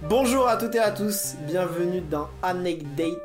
Bonjour à toutes et à tous, bienvenue dans Anecdate.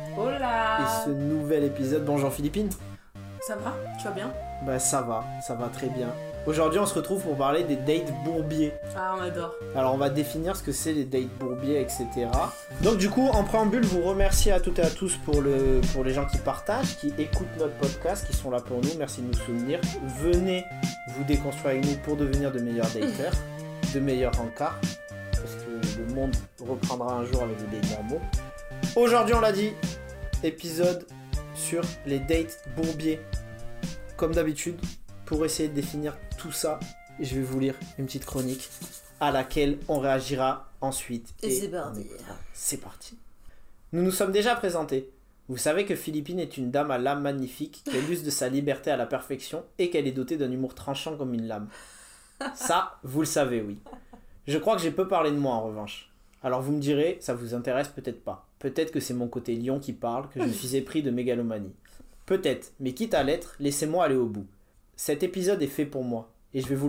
Hola. Et ce nouvel épisode. Bonjour Philippine. Ça va? Tu vas bien? Bah ça va très bien. Aujourd'hui on se retrouve pour parler des dates bourbiers. Ah, on adore. Alors on va définir ce que c'est les dates bourbiers, etc. Donc du coup en préambule, vous remercier à toutes et à tous pour les gens qui partagent, qui écoutent notre podcast, qui sont là pour nous, merci de nous soutenir. Venez vous déconstruire avec nous pour devenir de meilleurs dateurs, de meilleurs rencarts, parce que le monde reprendra un jour avec des dates normaux. Aujourd'hui on l'a dit, épisode sur les dates bourbiers. Comme d'habitude, pour essayer de définir tout ça, je vais vous lire une petite chronique à laquelle on réagira ensuite. Et c'est parti. C'est parti. Nous nous sommes déjà présentés. Vous savez que Philippine est une dame à l'âme magnifique, qu'elle use de sa liberté à la perfection et qu'elle est dotée d'un humour tranchant comme une lame. Ça, vous le savez, oui. Je crois que j'ai peu parlé de moi en revanche. Alors vous me direz, ça vous intéresse peut-être pas. Peut-être que c'est mon côté lion qui parle, que je me suis épris de mégalomanie. Peut-être, mais quitte à l'être, laissez-moi aller au bout. Cet épisode est fait pour moi, et je vais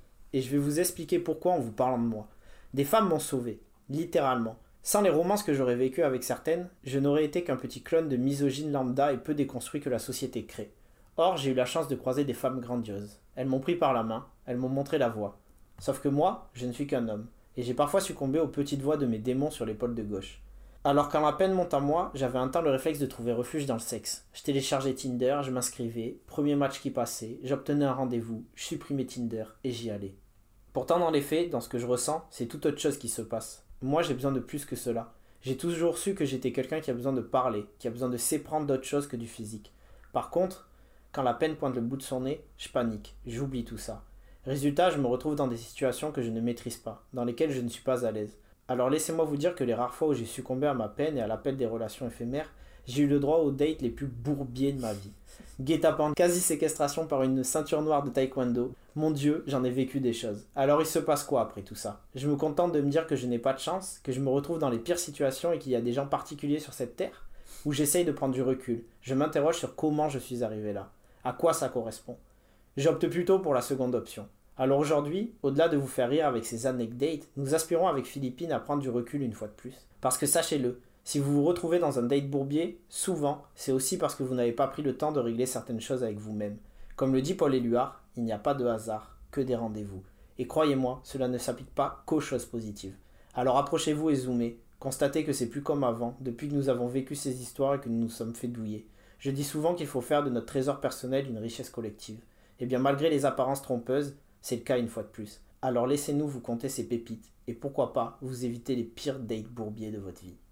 vous expliquer pourquoi en vous parlant de moi. Des femmes m'ont sauvé, littéralement. Sans les romances que j'aurais vécues avec certaines, je n'aurais été qu'un petit clone de misogyne lambda et peu déconstruit que la société crée. Or, j'ai eu la chance de croiser des femmes grandioses. Elles m'ont pris par la main, elles m'ont montré la voie. Sauf que moi, je ne suis qu'un homme, et j'ai parfois succombé aux petites voix de mes démons sur l'épaule de gauche. Alors quand la peine monte à moi, j'avais un temps le réflexe de trouver refuge dans le sexe. Je téléchargeais Tinder, je m'inscrivais, premier match qui passait, j'obtenais un rendez-vous, je supprimais Tinder et j'y allais. Pourtant dans les faits, dans ce que je ressens, c'est tout autre chose qui se passe. Moi j'ai besoin de plus que cela. J'ai toujours su que j'étais quelqu'un qui a besoin de parler, qui a besoin de s'éprendre d'autre chose que du physique. Par contre, quand la peine pointe le bout de son nez, je panique, j'oublie tout ça. Résultat, je me retrouve dans des situations que je ne maîtrise pas, dans lesquelles je ne suis pas à l'aise. Alors laissez-moi vous dire que les rares fois où j'ai succombé à ma peine et à l'appel des relations éphémères, j'ai eu le droit aux dates les plus bourbiers de ma vie. Guet-apens, quasi-séquestration par une ceinture noire de taekwondo. Mon Dieu, j'en ai vécu des choses. Alors il se passe quoi après tout ça? Je me contente de me dire que je n'ai pas de chance, que je me retrouve dans les pires situations et qu'il y a des gens particuliers sur cette terre? Ou j'essaye de prendre du recul? Je m'interroge sur comment je suis arrivé là. À quoi ça correspond? J'opte plutôt pour la seconde option. Alors aujourd'hui, au-delà de vous faire rire avec ces anecdates, nous aspirons avec Philippine à prendre du recul une fois de plus. Parce que sachez-le, si vous vous retrouvez dans un date bourbier, souvent, c'est aussi parce que vous n'avez pas pris le temps de régler certaines choses avec vous-même. Comme le dit Paul Éluard, il n'y a pas de hasard, que des rendez-vous. Et croyez-moi, cela ne s'applique pas qu'aux choses positives. Alors approchez-vous et zoomez, constatez que c'est plus comme avant, depuis que nous avons vécu ces histoires et que nous nous sommes fait douiller. Je dis souvent qu'il faut faire de notre trésor personnel une richesse collective. Et bien malgré les apparences trompeuses, c'est le cas une fois de plus. Alors laissez-nous vous compter ces pépites et pourquoi pas vous éviter les pires dates bourbiers de votre vie.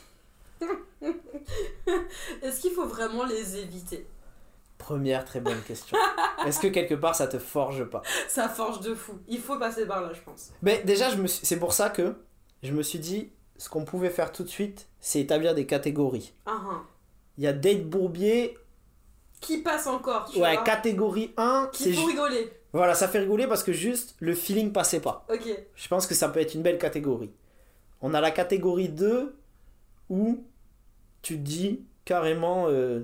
Est-ce qu'il faut vraiment les éviter? Première très bonne question. Est-ce que quelque part ça te forge pas? Ça forge de fou. Il faut passer par là, je pense. Mais déjà, c'est pour ça que je me suis dit, ce qu'on pouvait faire tout de suite, c'est établir des catégories. Il y a date bourbier... Qui passe encore, tu vois? Ouais, catégorie 1... Qui faut rigoler. Voilà, ça fait rigoler parce que juste le feeling passait pas. Ok. Je pense que ça peut être une belle catégorie. On a la catégorie 2 où tu te dis carrément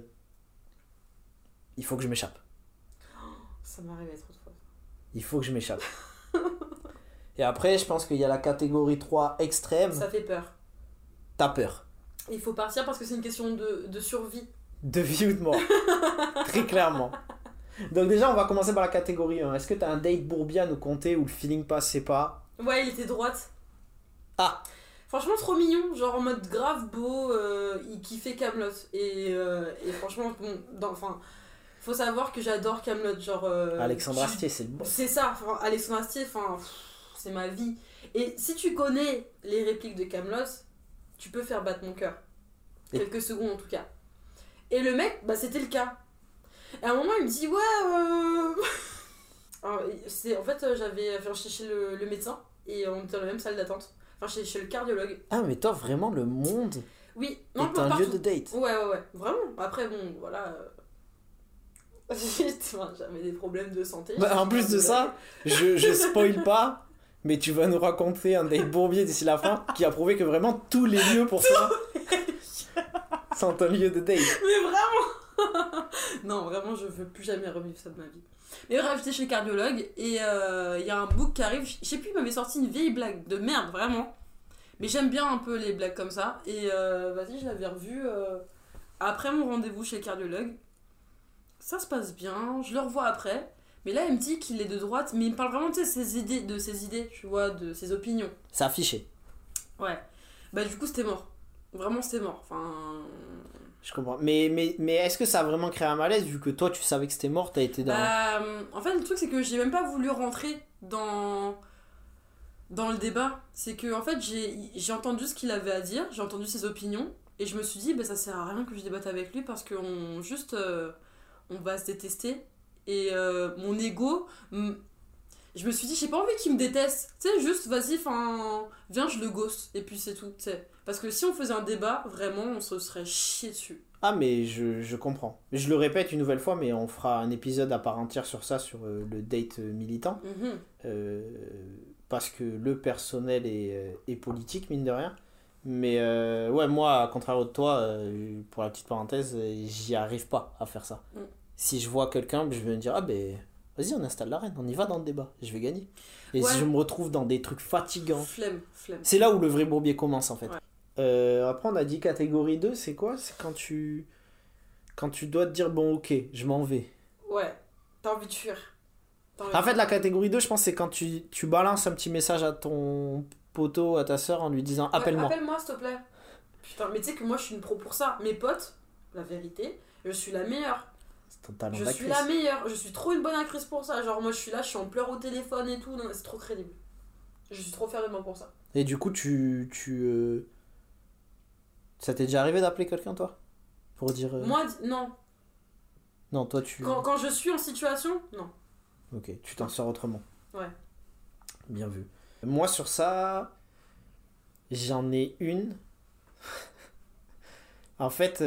il faut que je m'échappe. Ça m'est arrivé trop de fois. Il faut que je m'échappe. Et après, je pense qu'il y a la catégorie 3 extrême. Ça fait peur. T'as peur. Il faut partir parce que c'est une question de survie. De vie ou de mort. Très clairement. Donc déjà, on va commencer par la catégorie 1. Est-ce que t'as un date bourbier à nous conter où le feeling passait pas? Ouais, il était droite. Ah. Franchement, trop mignon. Genre en mode grave beau. Il kiffait Kaamelott. Et franchement, bon, faut savoir que j'adore Kaamelott. Genre. Alexandre Astier, c'est le bon. C'est ça. Alexandre Astier, c'est ma vie. Et si tu connais les répliques de Kaamelott, tu peux faire battre mon cœur. Quelques secondes en tout cas. Et le mec, bah c'était le cas. Et à un moment, il me dit Alors, en fait, j'avais chez le médecin et on était dans la même salle d'attente. Enfin, chez le cardiologue. Ah, mais toi, vraiment, le monde oui, non, est un lieu de date. Ouais, vraiment. Après, bon, voilà. J'avais des problèmes de santé. Bah, en plus de ça, je spoil pas, mais tu vas nous raconter un date bourbier d'ici la fin qui a prouvé que vraiment tous les lieux pour toi sont un lieu de date. Mais vraiment. Non, vraiment, je veux plus jamais revivre ça de ma vie. Mais bref, j'étais chez le cardiologue et il y a un bouc qui arrive. Je sais plus, il m'avait sorti une vieille blague de merde, vraiment. Mais j'aime bien un peu les blagues comme ça. Et vas-y, je l'avais revu après mon rendez-vous chez le cardiologue. Ça se passe bien, je le revois après. Mais là, il me dit qu'il est de droite, mais il me parle vraiment de ses idées, tu vois, de ses opinions. C'est affiché. Ouais. Bah, du coup, c'était mort. Vraiment, c'était mort. Enfin. Je comprends. Mais est-ce que ça a vraiment créé un malaise vu que toi, tu savais que c'était mort, t'as été dans. En fait, le truc, c'est que j'ai même pas voulu rentrer dans le débat. C'est que, en fait, j'ai entendu ce qu'il avait à dire, j'ai entendu ses opinions, et je me suis dit, bah, ça sert à rien que je débatte avec lui parce qu'on on va se détester. Et mon ego, je me suis dit, j'ai pas envie qu'il me déteste. Tu sais, juste, vas-y, viens, je le ghost. Et puis c'est tout, tu sais. Parce que si on faisait un débat, vraiment, on se serait chié dessus. Ah, mais je comprends. Je le répète une nouvelle fois, mais on fera un épisode à part entière sur ça, sur le date militant. Parce que le personnel est politique, mine de rien. Mais ouais, moi, à contraire de toi, pour la petite parenthèse, j'y arrive pas à faire ça. Si je vois quelqu'un, je vais me dire, ah ben, vas-y, on installe l'arène, on y va dans le débat, je vais gagner. Et si je me retrouve dans des trucs fatigants, flemme. C'est là où le vrai bourbier commence, en fait. Ouais. Après, on a dit catégorie 2, c'est quoi? C'est quand tu dois te dire, bon, ok, je m'en vais. Ouais, t'as envie de fuir. En fait, la catégorie 2, je pense, c'est quand tu balances un petit message à ton poteau, à ta soeur, en lui disant, appelle-moi. Appelle-moi, s'il te plaît. Putain, mais tu sais que moi, je suis une pro pour ça. Mes potes, la vérité, je suis la meilleure. Je suis la meilleure, je suis trop une bonne actrice pour ça. Genre, moi je suis là, je suis en pleurs au téléphone et tout. Non, c'est trop crédible. Je suis trop fière de moi pour ça. Et du coup, ça t'est déjà arrivé d'appeler quelqu'un, toi? Pour dire. Moi, non. Non, toi tu. Quand je suis en situation, non. Ok, tu t'en sors autrement. Ouais. Bien vu. Moi, sur ça, j'en ai une. En fait.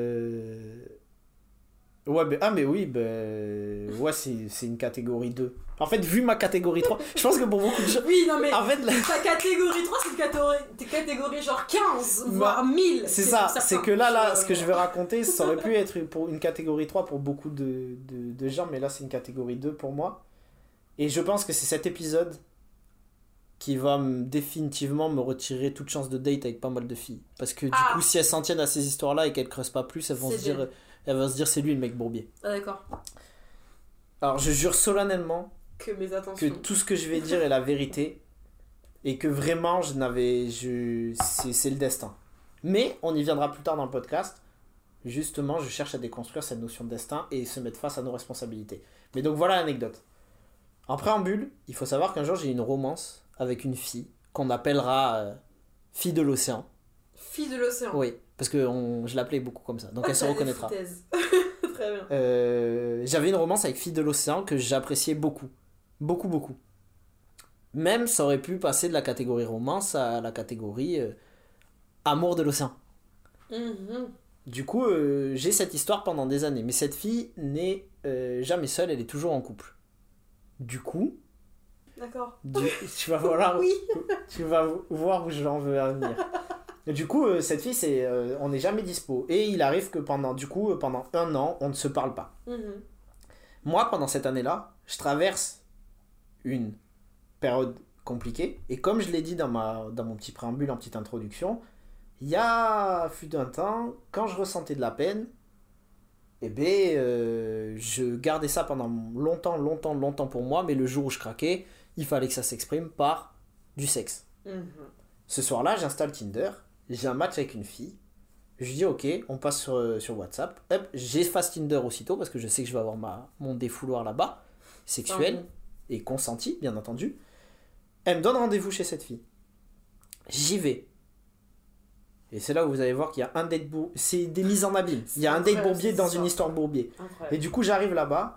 Ouais, mais oui, ouais, c'est une catégorie 2. En fait, vu ma catégorie 3, je pense que pour beaucoup de gens. Oui, non, mais en fait, ta catégorie 3, c'est une catégorie genre 15, voire 1000. C'est ça, c'est que là, ce que je vais raconter, ça aurait pu être pour une catégorie 3 pour beaucoup de gens, mais là, c'est une catégorie 2 pour moi. Et je pense que c'est cet épisode qui va définitivement me retirer toute chance de date avec pas mal de filles. Parce que du coup, si elles s'en tiennent à ces histoires-là et qu'elles creusent pas plus, elles vont se dire c'est lui le mec bourbier. Ah, d'accord. Alors je jure solennellement que tout ce que je vais dire est la vérité et que vraiment c'est le destin. Mais on y viendra plus tard dans le podcast. Justement, je cherche à déconstruire cette notion de destin et se mettre face à nos responsabilités. Mais donc voilà l'anecdote. En préambule, il faut savoir qu'un jour j'ai eu une romance avec une fille qu'on appellera fille de l'océan. Fille de l'océan. Oui, parce que je l'appelais beaucoup comme ça, donc elle se reconnaîtra. Très bien. J'avais une romance avec fille de l'océan que j'appréciais beaucoup. Beaucoup, beaucoup. Même ça aurait pu passer de la catégorie romance à la catégorie amour de l'océan. Du coup, j'ai cette histoire pendant des années. Mais cette fille n'est jamais seule, elle est toujours en couple. Du coup... D'accord. Tu vas voir, oui. Tu vas voir où je en veux à venir. Et du coup, cette fille, on n'est jamais dispo. Et il arrive que pendant 1 an, on ne se parle pas. Moi, pendant cette année-là, je traverse une période compliquée. Et comme je l'ai dit dans mon petit préambule, en petite introduction, fut un temps, quand je ressentais de la peine, je gardais ça pendant longtemps pour moi. Mais le jour où je craquais, il fallait que ça s'exprime par du sexe. Ce soir-là, j'installe Tinder. J'ai un match avec une fille. Je dis ok, on passe sur WhatsApp. Hop, j'efface Tinder aussitôt parce que je sais que je vais avoir mon défouloir là-bas, sexuel et consenti, bien entendu. Elle me donne rendez-vous chez cette fille. J'y vais. Et c'est là où vous allez voir qu'il y a un date bourbier. C'est des mises en abîme. Il y a un date bourbier dans une histoire bourbier. Et du coup, j'arrive là-bas.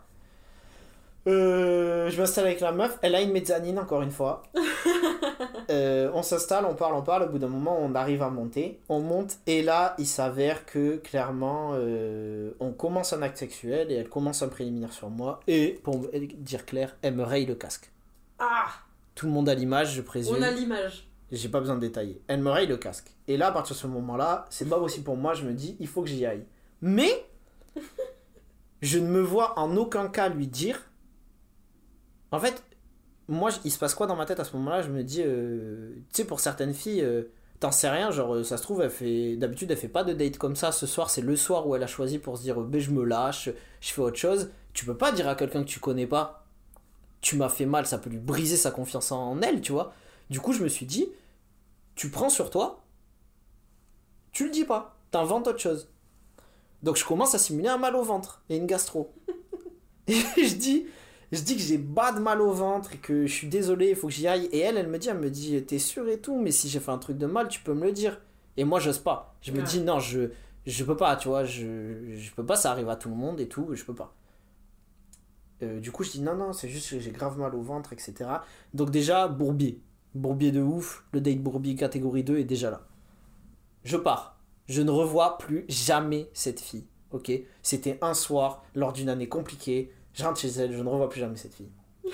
Je m'installe avec la meuf. Elle a une mezzanine, encore une fois. On s'installe, on parle. Au bout d'un moment, on arrive à monter. On monte. Et là, il s'avère que, clairement, on commence un acte sexuel. Et elle commence un préliminaire sur moi. Et, pour dire clair, elle me raye le casque. Ah! Tout le monde a l'image, je présume. On a l'image. J'ai pas besoin de détailler. Elle me raye le casque. Et là, à partir de ce moment-là, c'est pas possible pour moi. Je me dis, il faut que j'y aille. Mais, je ne me vois en aucun cas lui dire... En fait, moi, il se passe quoi dans ma tête à ce moment-là? Je me dis, tu sais, pour certaines filles, t'en sais rien, genre ça se trouve, d'habitude elle fait pas de date comme ça. Ce soir, c'est le soir où elle a choisi pour se dire, ben je me lâche, je fais autre chose. Tu peux pas dire à quelqu'un que tu connais pas, tu m'as fait mal, ça peut lui briser sa confiance en elle, tu vois. Du coup, je me suis dit, tu prends sur toi, tu le dis pas, t'inventes autre chose. Donc je commence à simuler un mal au ventre et une gastro. Et je dis que j'ai bas de mal au ventre et que je suis désolé, il faut que j'y aille. Et elle me dit, t'es sûr et tout, mais si j'ai fait un truc de mal, tu peux me le dire. Et moi, j'ose pas. Je me dis, non, je peux pas, tu vois, je peux pas, ça arrive à tout le monde et tout, je peux pas. Du coup, je dis, non, c'est juste que j'ai grave mal au ventre, etc. Donc déjà, bourbier de ouf, le date bourbier catégorie 2 est déjà là. Je pars. Je ne revois plus jamais cette fille, ok ? C'était un soir, lors d'une année compliquée. Je rentre chez elle, je ne revois plus jamais cette fille.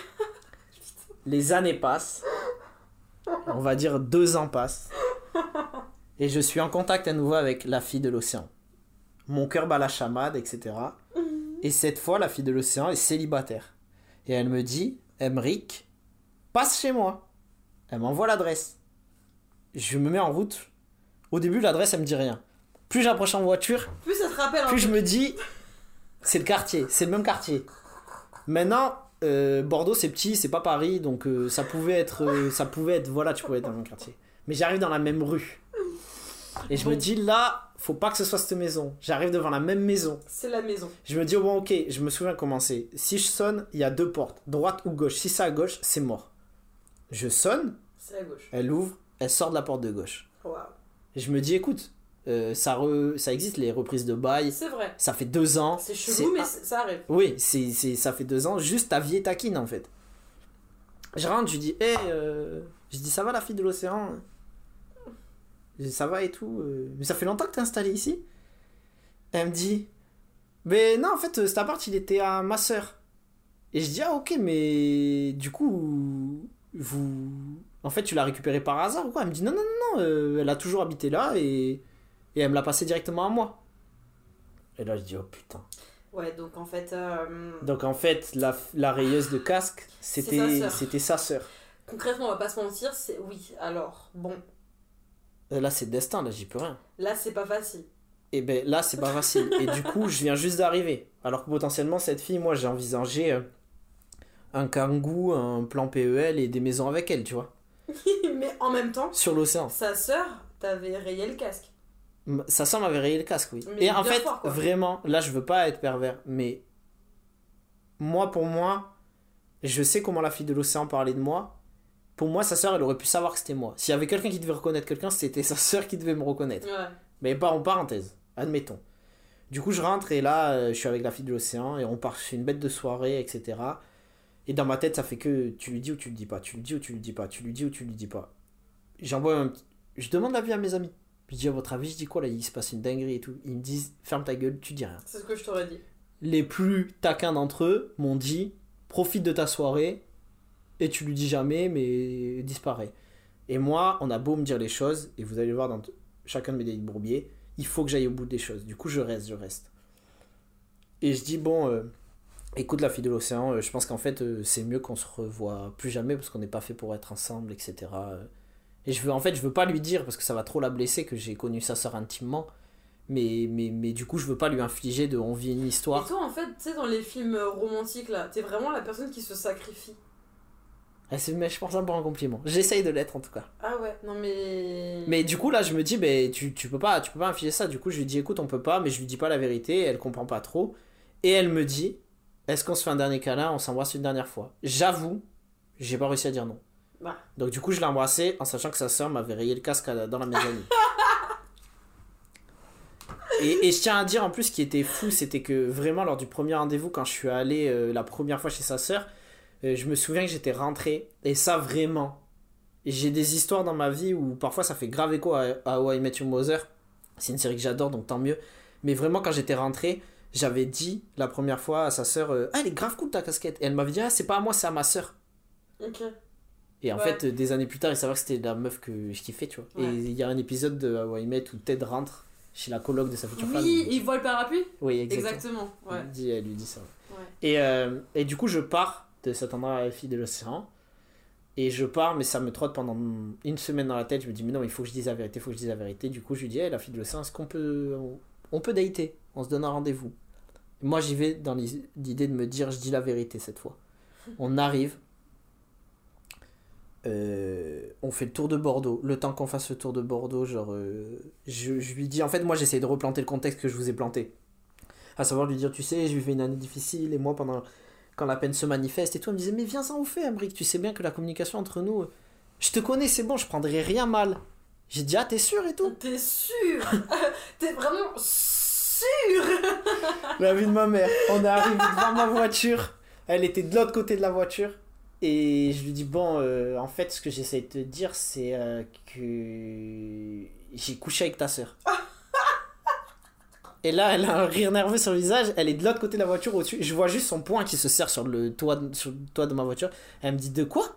Les années passent. On va dire 2 ans passent. Et je suis en contact à nouveau avec la fille de l'océan. Mon cœur bat la chamade, etc. Et cette fois, la fille de l'océan est célibataire. Et elle me dit, Emric, passe chez moi. Elle m'envoie l'adresse. Je me mets en route. Au début, l'adresse, elle me dit rien. Plus j'approche en voiture, plus ça te rappelle plus je me dis, c'est le quartier, c'est le même quartier. Maintenant, Bordeaux, c'est petit, c'est pas Paris, donc ça pouvait être, voilà, tu pouvais être dans le même quartier. Mais j'arrive dans la même rue. Et je me dis, là, faut pas que ce soit cette maison. J'arrive devant la même maison. C'est la maison. Je me dis, oh bon, ok, je me souviens comment c'est. Si je sonne, il y a 2 portes, droite ou gauche. Si c'est à gauche, c'est mort. Je sonne, c'est à gauche. Elle ouvre, elle sort de la porte de gauche. Wow. Et je me dis, écoute, ça existe les reprises de bail. C'est vrai. Ça fait 2 ans. C'est chelou, mais ça arrive. Oui, ça fait 2 ans. Juste ta vie est taquine en fait. Je rentre, je lui dis, je dis, ça va la fille de l'océan? Je dis, ça va et tout. Mais ça fait longtemps que t'es installée ici? Elle me dit, mais non, en fait, cet appart il était à ma soeur. Et je dis, ah ok, mais du coup, en fait, tu l'as récupéré par hasard ou quoi? Elle me dit, non, elle a toujours habité là et elle me l'a passé directement à moi. Et là, je dis, oh putain. Ouais, donc en fait... Donc en fait, la rayeuse de casque, c'était sa sœur. Concrètement, on va pas se mentir, c'est... Oui, alors, bon... Là, c'est destin, là, j'y peux rien. Là, c'est pas facile. Et ben là, c'est pas facile. Et du coup, je viens juste d'arriver. Alors que potentiellement, cette fille, moi, j'ai envisagé un Kangoo, un plan PEL et des maisons avec elle, tu vois. Mais en même temps, sur l'océan. Sa sœur t'avait rayé le casque. Sa sœur m'avait rayé le casque, oui. Mais et en fait, fois, vraiment, là, je veux pas être pervers, mais pour moi, je sais comment la fille de l'océan parlait de moi. Pour moi, sa sœur, elle aurait pu savoir que c'était moi. S'il y avait quelqu'un qui devait reconnaître quelqu'un, c'était sa sœur qui devait me reconnaître. Ouais. Mais pas en parenthèse, admettons. Du coup, je rentre et là, je suis avec la fille de l'océan et on part sur une bête de soirée, etc. Et dans ma tête, ça fait que tu lui dis ou tu lui dis pas, tu lui dis ou tu lui dis pas, tu lui dis ou tu lui dis pas. Je demande l'avis à mes amis. Je dis, à votre avis, je dis quoi là? Il se passe une dinguerie et tout. Ils me disent, ferme ta gueule, tu dis rien. C'est ce que je t'aurais dit. Les plus taquins d'entre eux m'ont dit, profite de ta soirée et tu lui dis jamais, mais disparaît. Et moi, on a beau me dire les choses, et vous allez le voir dans chacun de mes dates bourbiers, il faut que j'aille au bout des choses. Du coup, je reste. Et je dis, bon, écoute la fille de l'océan, je pense qu'en fait, c'est mieux qu'on se revoie plus jamais parce qu'on n'est pas fait pour être ensemble, etc. Et je veux pas lui dire parce que ça va trop la blesser que j'ai connu sa sœur intimement. Mais du coup, je veux pas lui infliger de on vit une histoire. Et toi, en fait, tu sais, dans les films romantiques, là, t'es vraiment la personne qui se sacrifie. Mais je pense ça pour un compliment. J'essaye de l'être en tout cas. Ah ouais, non mais... Mais du coup, là, je me dis, tu peux pas infliger ça. Du coup, je lui dis, écoute, on peut pas, mais je lui dis pas la vérité. Elle comprend pas trop. Et elle me dit, est-ce qu'on se fait un dernier câlin, on s'embrasse une dernière fois? J'avoue, j'ai pas réussi à dire non. Bah. Donc du coup, je l'ai embrassé en sachant que sa sœur m'avait rayé le casque dans la maison. Et je tiens à dire en plus, ce qui était fou, c'était que vraiment lors du premier rendez-vous, quand je suis allé la première fois chez sa sœur, je me souviens que j'étais rentré, et ça vraiment, j'ai des histoires dans ma vie où parfois ça fait grave écho à How I Met Your Mother. C'est une série que j'adore, donc tant mieux. Mais vraiment, quand j'étais rentré, j'avais dit la première fois à sa sœur, ah, elle est grave cool ta casquette. Et elle m'avait dit, ah, c'est pas à moi, c'est à ma sœur. Ok. Et en fait, des années plus tard, il savait que c'était la meuf que je kiffais, tu vois. Ouais. Et il y a un épisode de How I Met où Ted rentre chez la coloc de sa future femme. Oui, il voit le parapluie. Oui, exactement. Ouais. Elle lui dit ça. Ouais. Et du coup, je pars de cet endroit à la fille de l'océan. Et je pars, mais ça me trotte pendant une semaine dans la tête. Je me dis, mais non, il faut que je dise la vérité, il faut que je dise la vérité. Du coup, je lui dis, hey, la fille de l'océan, est-ce qu'on peut... On peut dater, on se donne un rendez-vous. Moi, j'y vais dans l'idée de me dire, je dis la vérité cette fois. On arrive, on fait le tour de Bordeaux. Le temps qu'on fasse le tour de Bordeaux, genre, je lui dis, en fait, moi, j'essaie de replanter le contexte que je vous ai planté. À savoir lui dire, tu sais, je vivais une année difficile, et moi, quand la peine se manifeste et tout, elle me disait, mais viens en fait, Emric, tu sais bien que la communication entre nous, je te connais, c'est bon, je prendrai rien mal. J'ai dit, ah, t'es sûr et tout? T'es sûr? T'es vraiment sûr? La vie de ma mère. On est arrivé devant ma voiture, elle était de l'autre côté de la voiture, et je lui dis, bon, en fait, ce que j'essaie de te dire, c'est que j'ai couché avec ta soeur. Et là, elle a un rire nerveux sur le visage. Elle est de l'autre côté de la voiture au-dessus. Je vois juste son poing qui se serre sur le toit de ma voiture. Elle me dit, de quoi?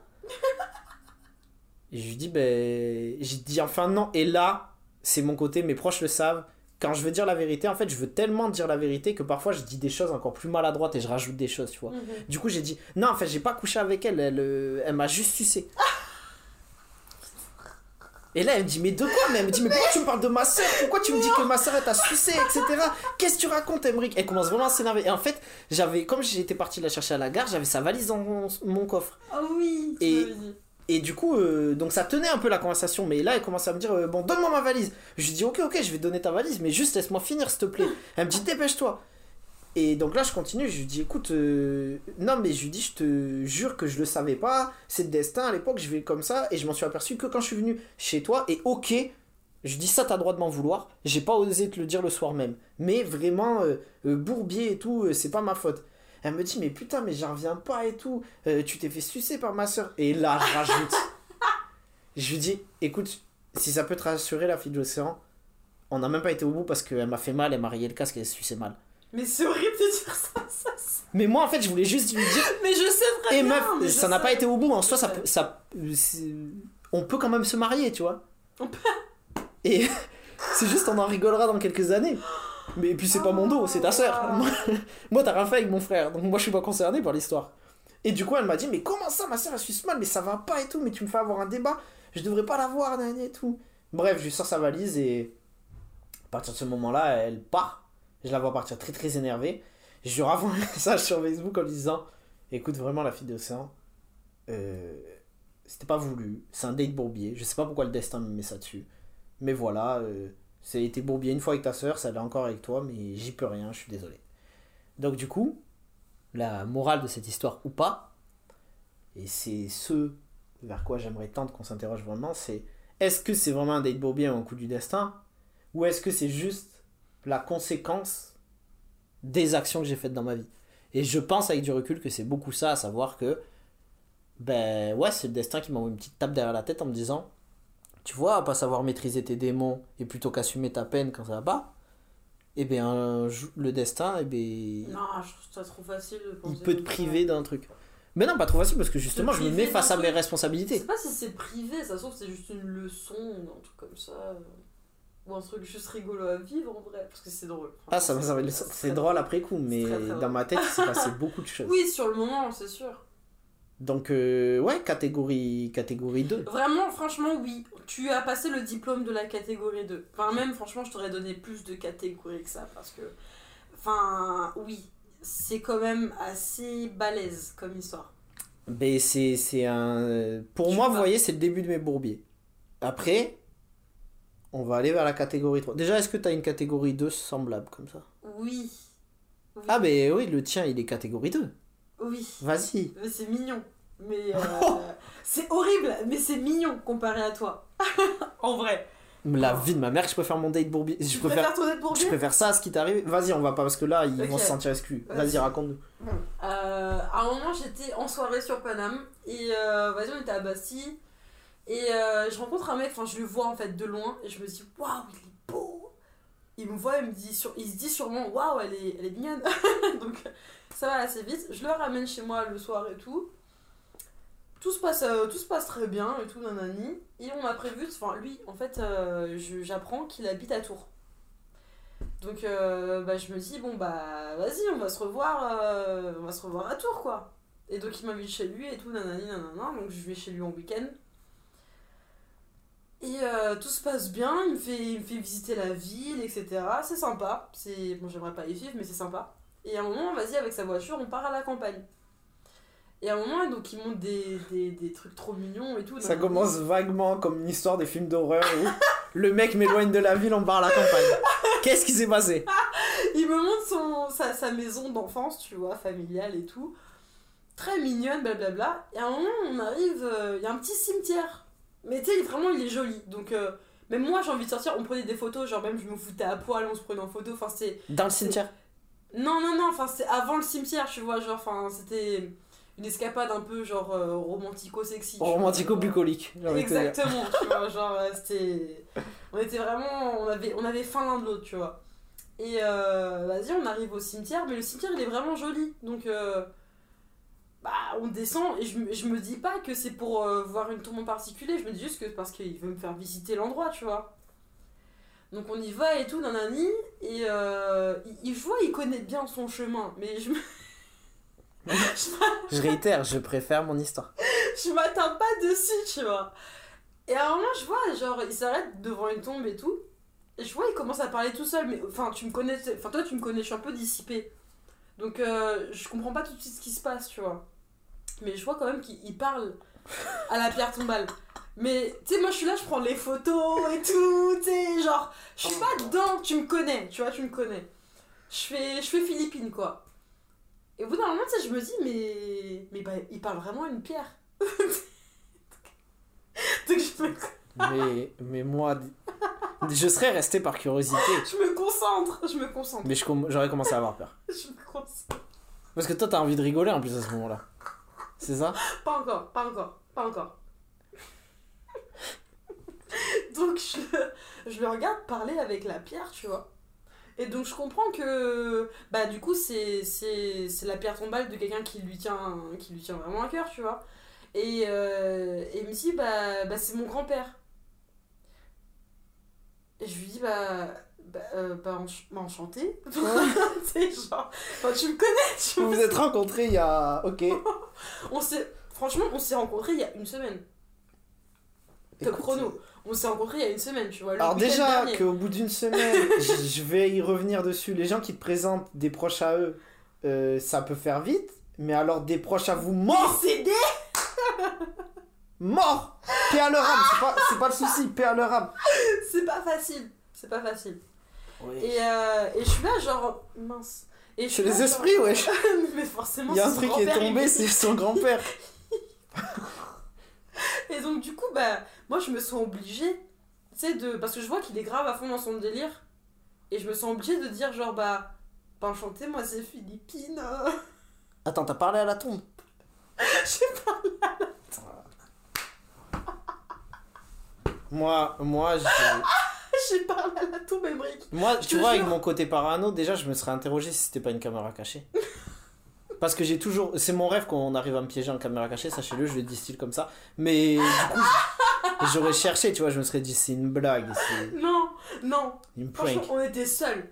Et je lui dis, ben. J'ai dit, enfin, non. Et là, c'est mon côté, mes proches le savent. Quand je veux dire la vérité, en fait, je veux tellement dire la vérité que parfois je dis des choses encore plus maladroites et je rajoute des choses, tu vois. Du coup, j'ai dit, non, en fait, j'ai pas couché avec elle. Elle m'a juste sucé. Et là, elle me dit, mais de quoi? Mais elle me dit, mais pourquoi tu me parles de ma soeur? Pourquoi tu me dis que ma soeur elle t'a sucé, etc. Qu'est-ce que tu racontes, Emric? Elle commence vraiment à s'énerver. Et en fait, comme j'étais parti la chercher à la gare, j'avais sa valise dans mon coffre. Ah oui, tu m'avais dit. Et du coup, donc ça tenait un peu la conversation. Mais là, elle commence à me dire, bon, donne-moi ma valise. Je lui dis, ok, je vais donner ta valise, mais juste laisse-moi finir, s'il te plaît. Elle me dit, dépêche-toi. Et donc là, je continue, je lui dis, écoute, non, mais je lui dis, je te jure que je le savais pas, c'est le destin, à l'époque, je vais comme ça, et je m'en suis aperçu que quand je suis venu chez toi, et ok, je dis ça, t'as le droit de m'en vouloir, j'ai pas osé te le dire le soir même, mais vraiment, bourbier et tout, c'est pas ma faute. Elle me dit, mais putain, mais j'en reviens pas et tout, tu t'es fait sucer par ma soeur. Et là, je rajoute, je lui dis, écoute, si ça peut te rassurer, la fille de l'océan, on n'a même pas été au bout parce qu'elle m'a fait mal, elle m'a rayé le casque, elle se suçait mal. Mais c'est horrible de dire ça. Mais moi, en fait, je voulais juste lui dire. Mais je sais très et bien. Meuf, ça n'a pas été au bout. En soi, on peut quand même se marier, tu vois. On peut. Et c'est juste, on en rigolera dans quelques années. Mais puis, c'est pas mon dos, c'est ta soeur. Moi, t'as rien fait avec mon frère. Donc, moi, je suis pas concerné par l'histoire. Et du coup, elle m'a dit, mais comment ça, ma soeur, elle suce mal, mais ça va pas et tout. Mais tu me fais avoir un débat. Je devrais pas l'avoir, et tout. Bref, je lui sors sa valise et à partir de ce moment-là, elle part. Je la vois partir très très énervée. Je lui renvoie un message sur Facebook en lui disant, écoute, vraiment, la fille d'océan, c'était pas voulu, c'est un date bourbier, je sais pas pourquoi le destin me met ça dessus, mais voilà, ça a été bourbier une fois avec ta soeur, ça l'est encore avec toi, mais j'y peux rien, je suis désolé. Donc du coup, la morale de cette histoire ou pas, et c'est ce vers quoi j'aimerais tendre qu'on s'interroge vraiment, c'est est-ce que c'est vraiment un date bourbier ou un coup du destin, ou est-ce que c'est juste la conséquence des actions que j'ai faites dans ma vie? Et je pense avec du recul que c'est beaucoup ça, à savoir que ben ouais, c'est le destin qui m'a envoyé une petite tape derrière la tête en me disant, tu vois, à pas savoir maîtriser tes démons et plutôt qu'assumer ta peine quand ça va pas, et bien le destin, et ben Non, je trouve ça trop facile de penser. il peut te priver d'un truc. Mais non, pas trop facile parce que justement je me mets face à mes responsabilités. Je sais pas si c'est privé, ça se trouve c'est juste une leçon ou un truc comme ça. Ou un truc juste rigolo à vivre en vrai, parce que c'est drôle. Ah, c'est drôle après coup, mais dans ma tête, il s'est passé beaucoup de choses. Oui, sur le moment, c'est sûr. Donc, ouais, catégorie 2. Vraiment, franchement, oui. Tu as passé le diplôme de la catégorie 2. Enfin, même, franchement, je t'aurais donné plus de catégories que ça, parce que... Enfin, oui, c'est quand même assez balèze comme histoire. Mais c'est un... Pour moi, vous voyez, c'est le début de mes bourbiers. Après... On va aller vers la catégorie 3. Déjà, est-ce que tu as une catégorie 2 semblable comme ça? Oui. Ah, mais oui, le tien, il est catégorie 2. Oui. Vas-y. Mais c'est mignon. Mais c'est horrible, mais c'est mignon comparé à toi. En vrai. La vie de ma mère, je préfère mon date bourbier. Je préfère ton date bourbier. Je préfère ça à ce qui t'arrive. Vas-y, on va pas parce que là, ils vont se sentir exclus. Vas-y, raconte-nous. À un moment, j'étais en soirée sur Paname. Et vas-y, on était à Bastille. Et je rencontre un mec, enfin je le vois en fait de loin et je me dis waouh, il est beau. Il me voit, il se dit sûrement waouh, elle est mignonne. Donc ça va assez vite. Je le ramène chez moi le soir et tout. Tout se passe très bien et tout, nanani. Et on a prévu, enfin lui en fait, j'apprends qu'il habite à Tours. Donc je me dis bon bah vas-y, on va se revoir à Tours quoi. Et donc il m'invite chez lui et tout, nanani, nanana. Donc je vais chez lui en week-end. Et tout se passe bien, il me fait visiter la ville, etc. C'est sympa. Bon, j'aimerais pas y vivre, mais c'est sympa. Et à un moment, vas-y, avec sa voiture, on part à la campagne. Et à un moment, donc, il monte des trucs trop mignons et tout. Ça commence vaguement comme une histoire des films d'horreur où le mec m'éloigne de la ville, on part à la campagne. Qu'est-ce qui s'est passé? Il me montre sa maison d'enfance, tu vois, familiale et tout. Très mignonne, blablabla. Et à un moment, on arrive, il y a un petit cimetière. Mais tu sais, vraiment, il est joli. Donc, même moi, j'ai envie de sortir. On prenait des photos, genre même je me foutais à poil, on se prenait en photo. Enfin, c'est. Dans le cimetière? Non, enfin, c'est avant le cimetière, tu vois. Genre, enfin, c'était une escapade un peu, genre, romantico-sexy. Romantico-bucolique. Exactement, tu vois. Genre, c'était. On était vraiment. On avait faim l'un de l'autre, tu vois. Et vas-y, on arrive au cimetière. Mais le cimetière, il est vraiment joli. Donc. Bah, on descend et je me dis pas que c'est pour voir une tombe en particulier, je me dis juste que c'est parce qu'il veut me faire visiter l'endroit, tu vois. Donc on y va et tout, nanani, et je vois, il connaît bien son chemin, mais je réitère, je préfère mon histoire. Je m'attarde pas dessus, tu vois. Et à un moment, je vois, genre, il s'arrête devant une tombe et tout, et je vois, il commence à parler tout seul, mais enfin, toi tu me connais, je suis un peu dissipée. Donc je comprends pas tout de suite ce qui se passe, tu vois. Mais je vois quand même qu'il parle à la pierre tombale. Mais tu sais, moi je suis là, je prends les photos et tout, tu sais, genre, je suis pas dedans, tu me connais, tu vois, tu me connais. Je fais Philippine, quoi. Et au bout d'un moment, tu sais, je me dis, mais bah, il parle vraiment à une pierre. Donc je me... mais moi, je serais resté par curiosité. Je me concentre. Mais j'aurais commencé à avoir peur. Je me concentre. Parce que toi, t'as envie de rigoler en plus à ce moment-là. C'est ça? Pas encore. Donc je le regarde parler avec la pierre, tu vois. Et donc je comprends que bah du coup c'est la pierre tombale de quelqu'un qui lui tient vraiment à cœur, tu vois. Et il me dit bah c'est mon grand-père. Et je lui dis enchanté. C'est genre, tu me connais, tu vois. Vous vous êtes rencontrés il y a... Ok. Franchement, on s'est rencontrés il y a une semaine. Top chrono. On s'est rencontrés il y a une semaine, tu vois. Alors déjà, qu'au bout d'une semaine, je vais y revenir dessus. Les gens qui te présentent des proches à eux, ça peut faire vite. Mais alors des proches à vous morts. Décédés. Morts. Paix à leur âme, c'est pas le souci, paix à leur âme. C'est pas facile. Oui. Et je suis là genre, mince. Et c'est les esprits, genre... wesh. Mais forcément, il y a un truc qui est tombé, c'est son grand-père. Et donc du coup, bah, moi je me sens obligée, tu sais, parce que je vois qu'il est grave à fond dans son délire. Et je me sens obligée de dire genre, bah enchanté, moi c'est Philippine. Attends, t'as parlé à la tombe? J'ai parlé à la tombe. Moi, j'ai parlé à la tombe, Emric. Moi, tu vois, avec mon côté parano, déjà, je me serais interrogé si c'était pas une caméra cachée. Parce que j'ai toujours... C'est mon rêve qu'on arrive à me piéger en caméra cachée, sachez-le, je le distille comme ça. Mais du coup, j'aurais cherché, tu vois, je me serais dit, c'est une blague. Non. Une prank. Franchement, on était seuls.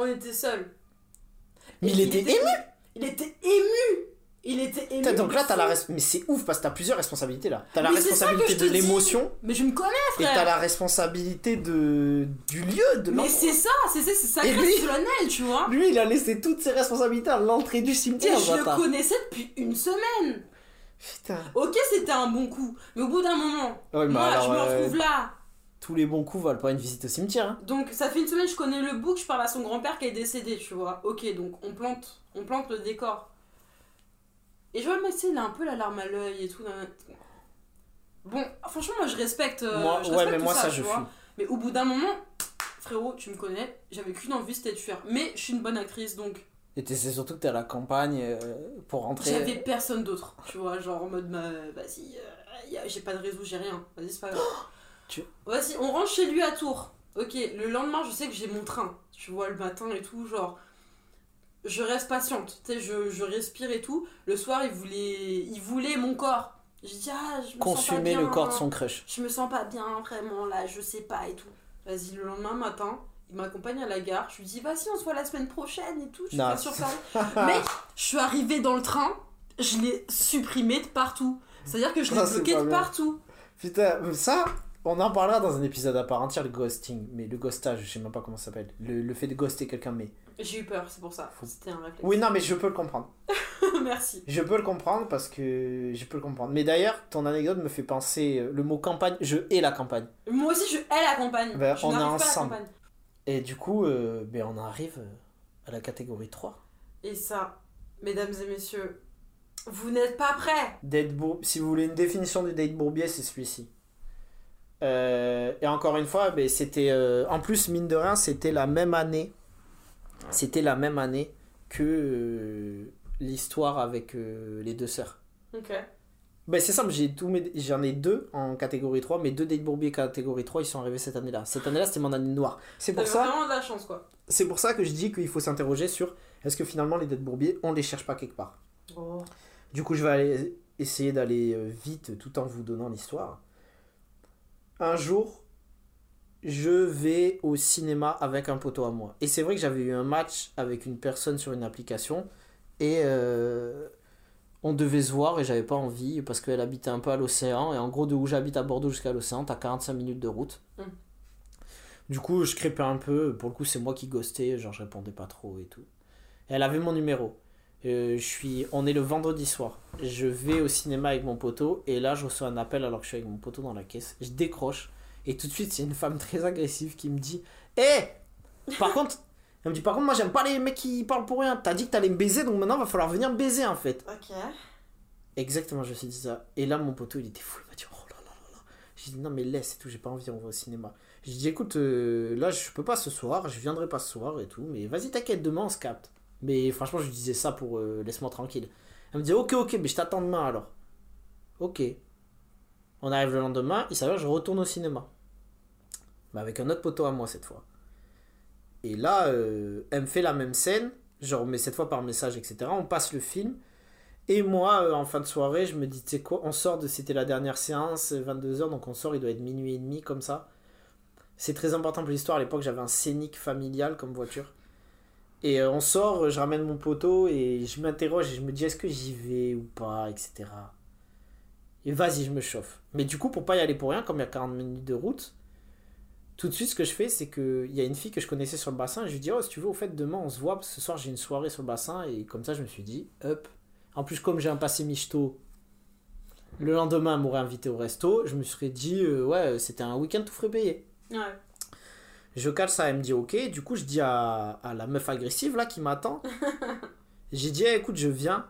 Mais il était ému. Il était ému. Donc là, mais c'est ouf parce que t'as plusieurs responsabilités là. T'as la responsabilité de l'émotion. Mais je me connais, frère. Et t'as la responsabilité du lieu, de l'endroit. Mais c'est sacré solennel, tu vois. Lui, il a laissé toutes ses responsabilités à l'entrée du cimetière. Et je le connaissais depuis une semaine. Putain. Ok, c'était un bon coup. Mais au bout d'un moment, ouais, moi, alors, je me retrouve là. Tous les bons coups valent pas une visite au cimetière. Hein. Donc, ça fait une semaine, je connais le bouc, je parle à son grand-père qui est décédé, tu vois. Ok, donc on plante le décor. Et je vois le mec, il a un peu la larme à l'œil et tout. Bon, franchement, moi je respecte. Moi, je respecte mais tout moi ça, je vois. fuis. Mais au bout d'un moment, frérot, tu me connais, j'avais qu'une envie, c'était de fuir. Mais je suis une bonne actrice donc. Et c'est surtout que t'es à la campagne pour rentrer. J'avais personne d'autre, tu vois, genre en mode vas-y, j'ai pas de réseau, j'ai rien. Vas-y, c'est pas grave. Vas-y, on rentre chez lui à Tours. Ok, le lendemain, je sais que j'ai mon train, tu vois, le matin et tout, genre. Je reste patiente, tu sais, je respire et tout. Le soir, il voulait mon corps. J'ai dit, je me consumer sens pas bien. Le corps de son crush. Je me sens pas bien, vraiment, là, je sais pas et tout. Vas-y, le lendemain matin, il m'accompagne à la gare. Je lui dis, vas-y, on se voit la semaine prochaine et tout. Je suis pas sûre ça. Mec, je suis arrivée dans le train. je l'ai supprimé de partout. C'est-à-dire que je l'ai Ça, c'est bloqué pas de bien. partout. Putain, ça, on en parlera dans un épisode à part entière, le ghosting. Mais le ghostage, je sais même pas comment ça s'appelle. Le fait de ghoster quelqu'un, mais... J'ai eu peur, c'est pour ça. C'était un réflexe. Oui, non, mais je peux le comprendre. Merci. Je peux le comprendre parce que... Je peux le comprendre. Mais d'ailleurs, ton anecdote me fait penser... Le mot campagne, je hais la campagne. Moi aussi, je hais la campagne. Ben, je on est n'arrive pas ensemble. à la campagne. Et du coup, ben, on arrive à la catégorie 3. Et ça, mesdames et messieurs, vous n'êtes pas prêts. Si vous voulez une définition du date bourbier, c'est celui-ci. Et encore une fois, ben, c'était... en plus, mine de rien, c'était la même année. C'était la même année que l'histoire avec les deux sœurs. Ok. Ben, c'est simple, j'en ai deux en catégorie 3. Mes deux date bourbiers catégorie 3, ils sont arrivés cette année-là. Cette année-là, c'était mon année noire. C'est pour T'avais ça... vraiment de la chance, quoi. C'est pour ça que je dis qu'il faut s'interroger sur est-ce que finalement les dates bourbiers, on les cherche pas quelque part. Oh. Du coup, je vais essayer d'aller vite tout en vous donnant l'histoire. Un jour, je vais au cinéma avec un poteau à moi. Et c'est vrai que j'avais eu un match avec une personne sur une application et on devait se voir et j'avais pas envie parce qu'elle habitait un peu à l'océan. Et en gros, de où j'habite à Bordeaux jusqu'à l'océan, t'as 45 minutes de route. Du coup, je crépais un peu. Pour le coup, c'est moi qui ghostais. Genre, je répondais pas trop et tout. Et elle avait mon numéro. On est le vendredi soir. Je vais au cinéma avec mon poteau. Et là, je reçois un appel alors que je suis avec mon poteau dans la caisse. Je décroche. Et tout de suite, c'est une femme très agressive qui me dit par contre, elle me dit, par contre, moi, j'aime pas les mecs qui parlent pour rien. T'as dit que t'allais me baiser. Donc maintenant, va falloir venir me baiser en fait. Ok. Exactement, je me suis dit ça. Et là, mon poteau, il était fou. Il m'a dit, oh là là là là. J'ai dit, non, mais laisse et tout. J'ai pas envie, on va au cinéma. J'ai dit, écoute, là, je peux pas ce soir, je viendrai pas ce soir et tout, mais vas-y, t'inquiète, demain, on se capte. Mais franchement, je lui disais ça pour laisse-moi tranquille. Elle me dit, ok, mais je t'attends demain alors. Ok. On arrive le lendemain, il s'avère que je retourne au cinéma. Mais avec un autre poteau à moi cette fois. Et là, elle me fait la même scène, genre, mais cette fois par message, etc. On passe le film. Et moi, en fin de soirée, je me dis, tu sais quoi, on sort c'était la dernière séance, 22h, donc on sort, il doit être minuit et demi, comme ça. C'est très important pour l'histoire. À l'époque, j'avais un Scénic familial comme voiture. Et on sort, je ramène mon poteau et je m'interroge et je me dis est-ce que j'y vais ou pas, etc. Et vas-y, je me chauffe. Mais du coup, pour pas y aller pour rien, comme il y a 40 minutes de route, tout de suite, ce que je fais, c'est qu'il y a une fille que je connaissais sur le bassin et je lui dis oh, si tu veux, au fait, demain, on se voit, parce que ce soir, j'ai une soirée sur le bassin. Et comme ça, je me suis dit hop. En plus, comme j'ai un passé michto, le lendemain, elle m'aurait invité au resto. Je me serais dit ouais, c'était un week-end tout frais payé. Ouais. Je cale ça, elle me dit ok. Du coup, je dis à la meuf agressive là qui m'attend. J'ai dit écoute, je viens.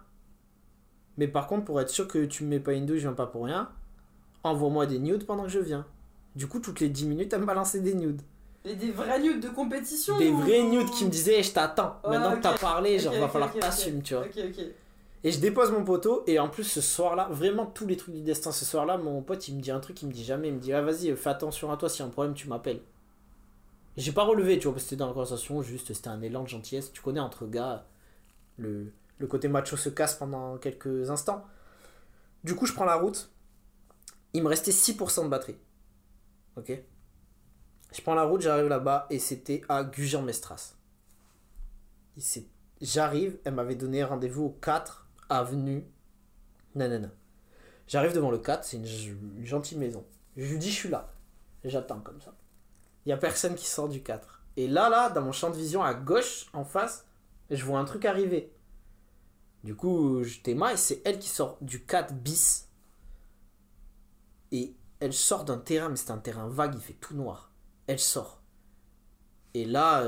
Mais par contre, pour être sûr que tu me mets pas une douche, je viens pas pour rien. Envoie-moi des nudes pendant que je viens. Du coup, toutes les 10 minutes, elle me balançait des nudes. Et des vrais nudes de compétition Des vrais nudes qui me disaient je t'attends. Maintenant que t'as parlé, genre, va falloir que t'assumes, tu vois. Ok. Et je dépose mon poteau. Et en plus, ce soir-là, vraiment tous les trucs du destin, ce soir-là, mon pote, il me dit un truc qu'il me dit jamais. Il me dit ah, vas-y, fais attention à toi, s'il y a un problème, tu m'appelles. J'ai pas relevé, tu vois, parce que c'était dans la conversation, juste c'était un élan de gentillesse. Tu connais, entre gars, le côté macho se casse pendant quelques instants. Du coup, je prends la route. Il me restait 6% de batterie. Ok. Je prends la route, j'arrive là-bas, et c'était à Gujan-Mestras. J'arrive, elle m'avait donné rendez-vous au 4 avenue. Nanana. J'arrive devant le 4, c'est une gentille maison. Je lui dis, je suis là. J'attends comme ça. Il n'y a personne qui sort du 4. Et là, dans mon champ de vision, à gauche, en face, je vois un truc arriver. Du coup, je t'émaille, c'est elle qui sort du 4 bis. Et elle sort d'un terrain, mais c'est un terrain vague, il fait tout noir. Elle sort. Et là,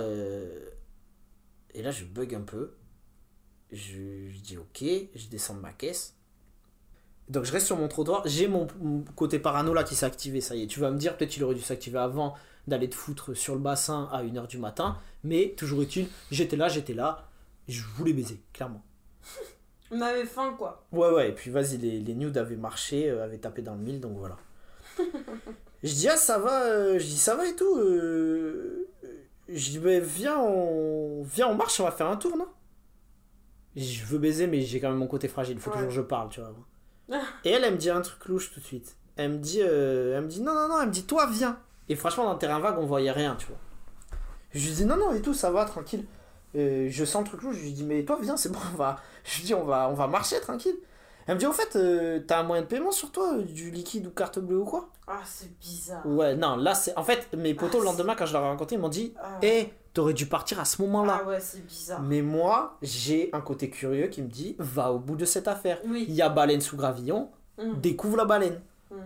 je bug un peu. Je dis ok, je descends de ma caisse. Donc je reste sur mon trottoir. J'ai mon côté parano là qui s'est activé, ça y est. Tu vas me dire, peut-être il aurait dû s'activer avant d'aller te foutre sur le bassin à 1h du matin. Mais toujours est-il, j'étais là. Je voulais baiser, clairement. On avait faim, quoi. Ouais, et puis vas-y, les nudes avaient marché, avaient tapé dans le mille, donc voilà. Je dis, ah, ça va, je dis, ça va et tout. Je dis, bah, viens, on marche, on va faire un tour, non? Je veux baiser, mais j'ai quand même mon côté fragile, il faut toujours que je parle, tu vois. Et elle me dit un truc louche tout de suite. Elle me dit non, elle me dit, toi, viens. Et franchement, dans le terrain vague, on voyait rien, tu vois. Je lui dis, non, et tout, ça va, tranquille. Je sens le truc louche, je lui dis, mais toi, viens, c'est bon, on va marcher, tranquille. Elle me dit, au fait, t'as un moyen de paiement sur toi, du liquide ou carte bleue ou quoi? Ah, c'est bizarre. Ouais, non, là, c'est. En fait, mes potos, le lendemain, quand je leur ai raconté, ils m'ont dit, hé, t'aurais dû partir à ce moment-là. Ah ouais, c'est bizarre. Mais moi, j'ai un côté curieux qui me dit, va au bout de cette affaire. Oui. Il y a baleine sous gravillon, découvre la baleine.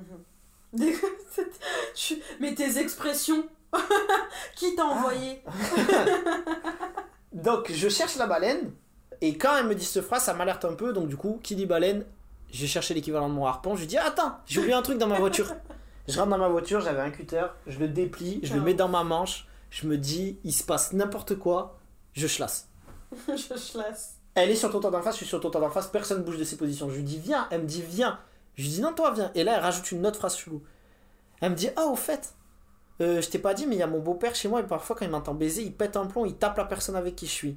Mais tes expressions, qui t'a envoyé? Donc, je cherche la baleine, et quand elle me dit cette phrase, ça m'alerte un peu, donc du coup, qui dit baleine, j'ai cherché l'équivalent de mon harpon, je lui dis, attends, j'ai oublié un truc dans ma voiture. Je rentre dans ma voiture, j'avais un cutter, je le déplie, je le mets dans ma manche, je me dis, il se passe n'importe quoi, je chlasse. Je chlasse. Elle est sur ton toit d'en face, je suis sur ton toit d'en face, personne bouge de ses positions. Je lui dis, viens, elle me dit, viens. Je lui dis, non, toi, viens. Et là, elle rajoute une autre phrase chelou. Elle me dit, ah, au fait, je t'ai pas dit, mais il y a mon beau-père chez moi, et parfois, quand il m'entend baiser, il pète un plomb, il tape la personne avec qui je suis.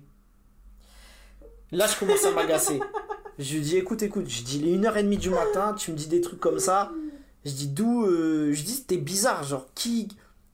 Là, je commence à m'agacer. Je lui dis, écoute, je dis, il est 1h30 du matin, tu me dis des trucs comme ça. Je dis, je dis, c'était bizarre, genre, qui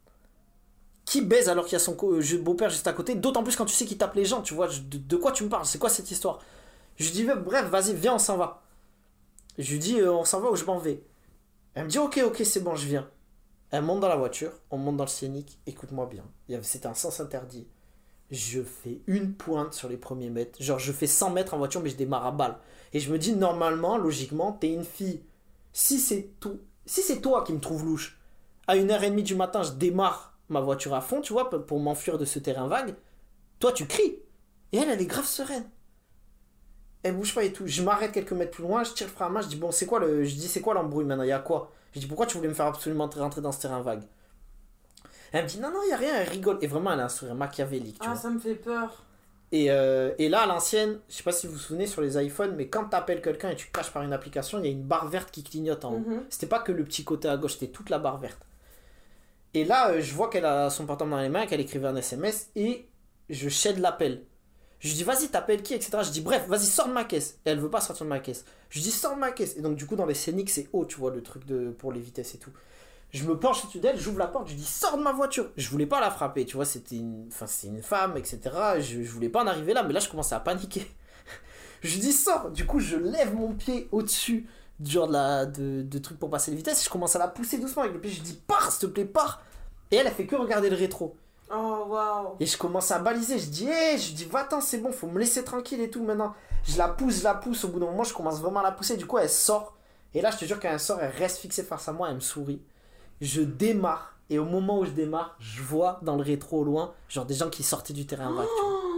baise alors qu'il y a son beau-père juste à côté, d'autant plus quand tu sais qu'il tape les gens, tu vois, de quoi tu me parles, c'est quoi cette histoire? Je lui dis, bref, vas-y, viens, on s'en va. Je lui dis, on s'en va ou je m'en vais. Elle me dit, ok, c'est bon, je viens. Elle monte dans la voiture, on monte dans le Scénic, écoute-moi bien, c'était un sens interdit. Je fais une pointe sur les premiers mètres, genre je fais 100 mètres en voiture, mais je démarre à balle. Et je me dis, normalement, logiquement, t'es une fille. Si c'est toi qui me trouves louche, à 1h30 du matin, je démarre ma voiture à fond, tu vois, pour m'enfuir de ce terrain vague, toi tu cries. Et elle est grave sereine. Elle bouge pas et tout. Je m'arrête quelques mètres plus loin, je tire le frein à main, je dis, bon, c'est quoi l'embrouille maintenant, il y a quoi? Je dis, pourquoi tu voulais me faire absolument rentrer dans ce terrain vague? Elle me dit, non, il y a rien, elle rigole. Et vraiment, elle a un sourire machiavélique, tu vois. Ça me fait peur. Et là, à l'ancienne, je sais pas si vous vous souvenez sur les iPhones, mais quand t'appelles quelqu'un et tu caches par une application, il y a une barre verte qui clignote en haut. C'était pas que le petit côté à gauche, c'était toute la barre verte. Et là, je vois qu'elle a son portable dans les mains, qu'elle écrivait un SMS, et je cède l'appel. Je lui dis, vas-y, t'appelles qui, etc. Je dis, bref, vas-y, sors de ma caisse. Et elle veut pas sortir de ma caisse. Je lui dis, sors de ma caisse. Et donc, du coup, dans les Scénic, c'est haut, tu vois, le truc pour les vitesses et tout. Je me penche au-dessus d'elle, j'ouvre la porte, je lui dis, sors de ma voiture. Je voulais pas la frapper, tu vois, c'était une femme, etc. Je voulais pas en arriver là, mais là, je commençais à paniquer. Je lui dis, sors. Du coup, je lève mon pied au-dessus genre de trucs pour passer les vitesses. Je commence à la pousser doucement avec le pied. Je dis, pars, s'il te plaît, pars. Et elle fait que regarder le rétro. Oh, waouh. Et je commence à baliser. Je dis, va-t'en, c'est bon, faut me laisser tranquille et tout maintenant. Je la pousse. Au bout d'un moment, je commence vraiment à la pousser. Du coup, elle sort. Et là, je te jure, quand elle sort, elle reste fixée face à moi. Elle me sourit. Je démarre. Et au moment où je démarre, je vois dans le rétro au loin, genre des gens qui sortaient du terrain vague.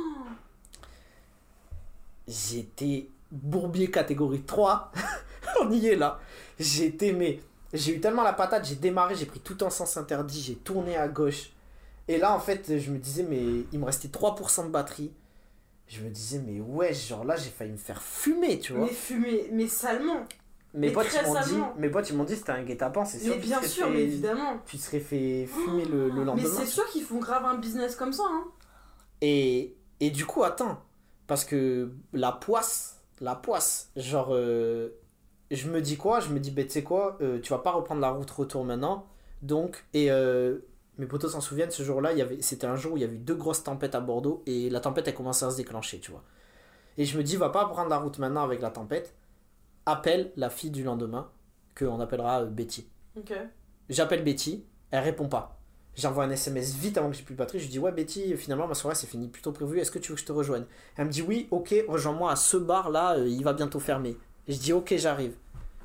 J'étais bourbier catégorie 3. On y est là. J'ai eu tellement la patate, j'ai démarré, j'ai pris tout en sens interdit, j'ai tourné à gauche. Et là, en fait, je me disais, mais il me restait 3% de batterie. Je me disais, mais ouais, genre là, j'ai failli me faire fumer, tu vois. Mais salement. Mes potes, ils m'ont dit, c'était un guet-apens, c'est sûr. Mais bien sûr, mais évidemment. Tu te serais fait fumer le lendemain. Mais c'est sûr qu'ils font grave un business comme ça, hein. Et du coup, attends. Parce que la poisse, genre, je me dis quoi? Je me dis, tu sais quoi, tu vas pas reprendre la route retour maintenant. Donc, mes potos s'en souviennent, ce jour-là, c'était un jour où il y avait 2 grosses tempêtes à Bordeaux. Et la tempête, elle commençait à se déclencher, tu vois. Et je me dis, va pas prendre la route maintenant avec la tempête. Appelle la fille du lendemain, qu'on appellera Betty. Ok. J'appelle Betty, elle répond pas. J'envoie un SMS vite avant que j'ai plus de batterie. Je dis, ouais, Betty, finalement, ma soirée c'est fini plus tôt prévu. Est-ce que tu veux que je te rejoigne? Elle me dit, oui, ok, rejoins-moi à ce bar là, il va bientôt fermer. Et je dis, ok, j'arrive.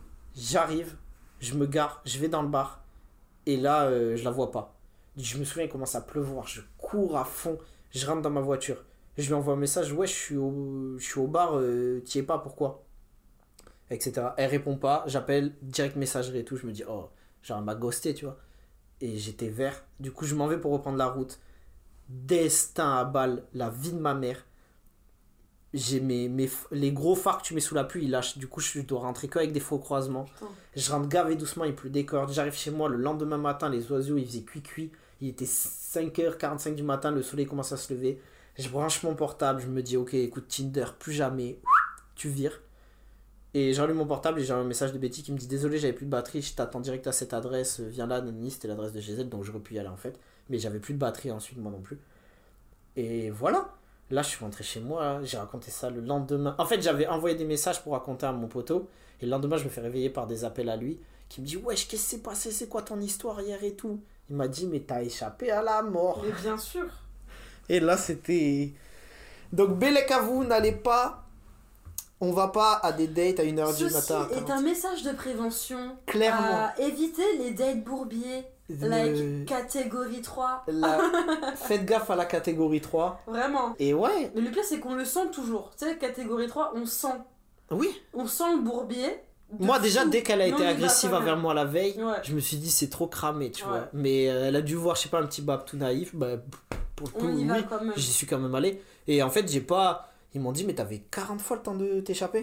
Je me gare, je vais dans le bar. Et là, je la vois pas. Je me souviens, il commence à pleuvoir. Je cours à fond. Je rentre dans ma voiture. Je lui envoie un message, ouais, je suis au bar, t'y es pas, pourquoi? Etc. Elle répond pas. J'appelle, direct messagerie et tout. Je me dis, oh, genre, elle m'a ghosté, tu vois. Et j'étais vert. Du coup, je m'en vais pour reprendre la route. Destin à balle, la vie de ma mère. J'ai les gros phares que tu mets sous la pluie, ils lâchent. Du coup, je dois rentrer qu'avec des faux croisements. Putain. Je rentre gavé doucement, il pleut des cordes. J'arrive chez moi le lendemain matin, les oiseaux, ils faisaient cuit. Il était 5h45 du matin, le soleil commence à se lever. Je branche mon portable, je me dis, ok, écoute, Tinder, plus jamais. Tu vires. Et j'allume mon portable et j'ai un message de Betty qui me dit, désolé, j'avais plus de batterie, je t'attends direct à cette adresse, viens là, Nani, c'était l'adresse de chez elle, donc j'aurais pu y aller en fait. Mais j'avais plus de batterie ensuite, moi non plus. Et voilà. Là, je suis rentré chez moi, là, j'ai raconté ça le lendemain. En fait, j'avais envoyé des messages pour raconter à mon poteau. Et le lendemain, je me fais réveiller par des appels à lui qui me dit wesh, qu'est-ce qui s'est passé? C'est quoi ton histoire hier et tout? Il m'a dit mais t'as échappé à la mort. Mais bien sûr. Et là, c'était. Donc, Belek à vous, n'allez pas. On va pas à des dates à 1h du matin. Ceci est un message de prévention. Clairement. Évitez les dates bourbiers. Like catégorie 3. Faites gaffe à la catégorie 3. Vraiment. Et ouais. Mais le pire, c'est qu'on le sent toujours. Tu sais, catégorie 3, on sent. Oui. On sent le bourbier. Moi, déjà, dès qu'elle a été agressive envers moi la veille, ouais. je me suis dit, c'est trop cramé, tu ouais. vois. Mais elle a dû voir, je sais pas, un petit bab tout naïf. Bah, pour le coup, oui, j'y suis quand même allé. Et en fait, j'ai pas. Ils m'ont dit, mais t'avais 40 fois le temps de t'échapper.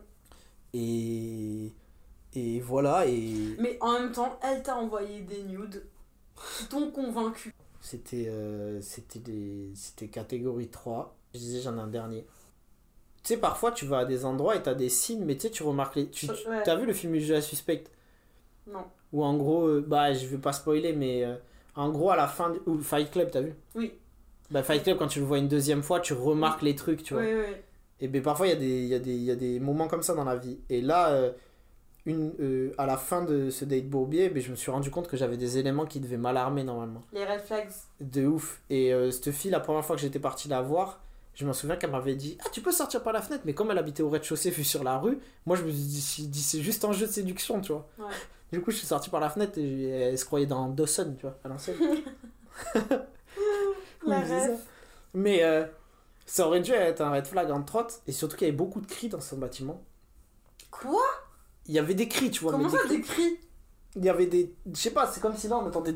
Et voilà. Mais en même temps, elle t'a envoyé des nudes qui t'ont convaincu. C'était catégorie 3. Je disais, j'en ai un dernier. Tu sais, parfois, tu vas à des endroits et t'as des signes, mais tu sais, tu remarques les... ouais. T'as vu le film Usual Suspect? Non. Où en gros, bah, je vais pas spoiler, mais en gros, à la fin... Ou Fight Club, t'as vu? Oui. Bah, Fight Club, quand tu le vois une deuxième fois, tu remarques les trucs, tu vois. Oui. Et ben parfois, il y a des moments comme ça dans la vie. Et là, à la fin de ce date bourbier, ben, je me suis rendu compte que j'avais des éléments qui devaient m'alarmer normalement. Les red flags. De ouf. Et cette fille, la première fois que j'étais parti la voir, je me souviens qu'elle m'avait dit « Ah, tu peux sortir par la fenêtre ?» Mais comme elle habitait au rez-de-chaussée, vue sur la rue, moi je me suis dit « C'est juste un jeu de séduction, tu vois. Ouais. » Du coup, je suis sorti par la fenêtre et elle se croyait dans Dawson, tu vois, à l'ancienne. Mais ça aurait dû être un red flag en trotte. Et surtout qu'il y avait beaucoup de cris dans son bâtiment. Quoi? Il y avait des cris, tu vois. Comment ça, des cris? Il y avait des... Je sais pas, c'est comme si là on entendait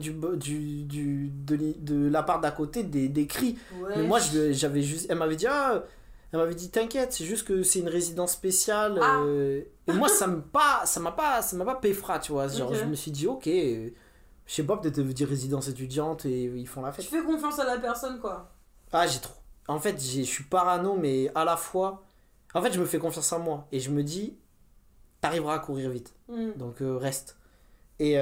de la part d'à côté des cris. Ouais. Mais moi, j'avais juste... Elle m'avait dit, t'inquiète, c'est juste que c'est une résidence spéciale. Et moi, ça m'a pas péfra, tu vois. Genre, je me suis dit, ok, je sais pas, peut-être veut dire résidence étudiante et ils font la fête. Tu fais confiance à la personne, quoi. Ah, j'ai trop... En fait, je suis parano, mais à la fois... En fait, je me fais confiance en moi. Et je me dis, t'arriveras à courir vite. Donc, reste. Et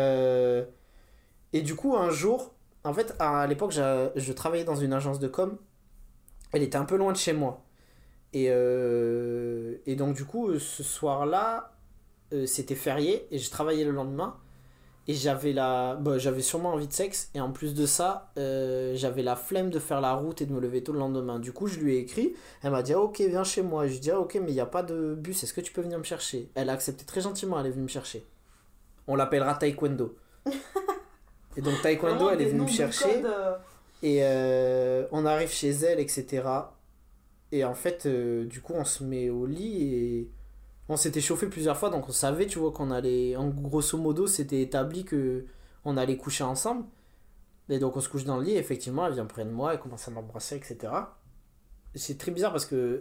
du coup, un jour... En fait, à l'époque, je travaillais dans une agence de com. Elle était un peu loin de chez moi. Et donc, du coup, ce soir-là, c'était férié. Et je travaillais le lendemain. Et j'avais sûrement envie de sexe. Et en plus de ça, j'avais la flemme de faire la route et de me lever tôt le lendemain. Du coup, je lui ai écrit. Elle m'a dit, ok, viens chez moi. Et je lui ai dit, ok, mais il n'y a pas de bus. Est-ce que tu peux venir me chercher? Elle a accepté très gentiment. Elle est venue me chercher. On l'appellera Taekwondo. Et donc, Taekwondo, elle est venue me chercher. Et on arrive chez elle, etc. Et en fait, du coup, on se met au lit et... On s'était chauffé plusieurs fois, donc on savait, tu vois, qu'on allait... En grosso modo, c'était établi que on allait coucher ensemble. Et donc on se couche dans le lit, et effectivement, elle vient près de moi, elle commence à m'embrasser, etc. C'est très bizarre parce que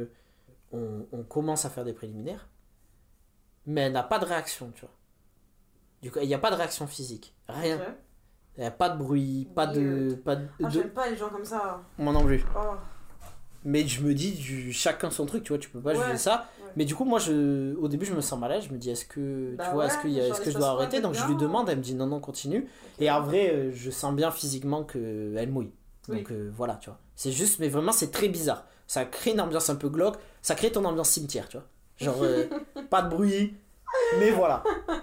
on commence à faire des préliminaires, mais elle n'a pas de réaction, tu vois. Du coup, il n'y a pas de réaction physique, rien. Okay. Il n'y a pas de bruit, pas de... j'aime pas les gens comme ça. Moi non plus. Oh. Mais je me dis, chacun son truc, tu vois, tu peux pas juger ça. Ouais. Mais du coup, moi, au début, je me sens malade. Je me dis, est-ce que, tu vois, est-ce que je dois arrêter? Donc, je lui demande, elle me dit non, continue. Okay. Et en vrai, je sens bien physiquement qu'elle mouille. Donc, voilà, tu vois. C'est juste, mais vraiment, c'est très bizarre. Ça crée une ambiance un peu glauque. Ça crée ton ambiance cimetière, tu vois. Genre, pas de bruit, mais voilà.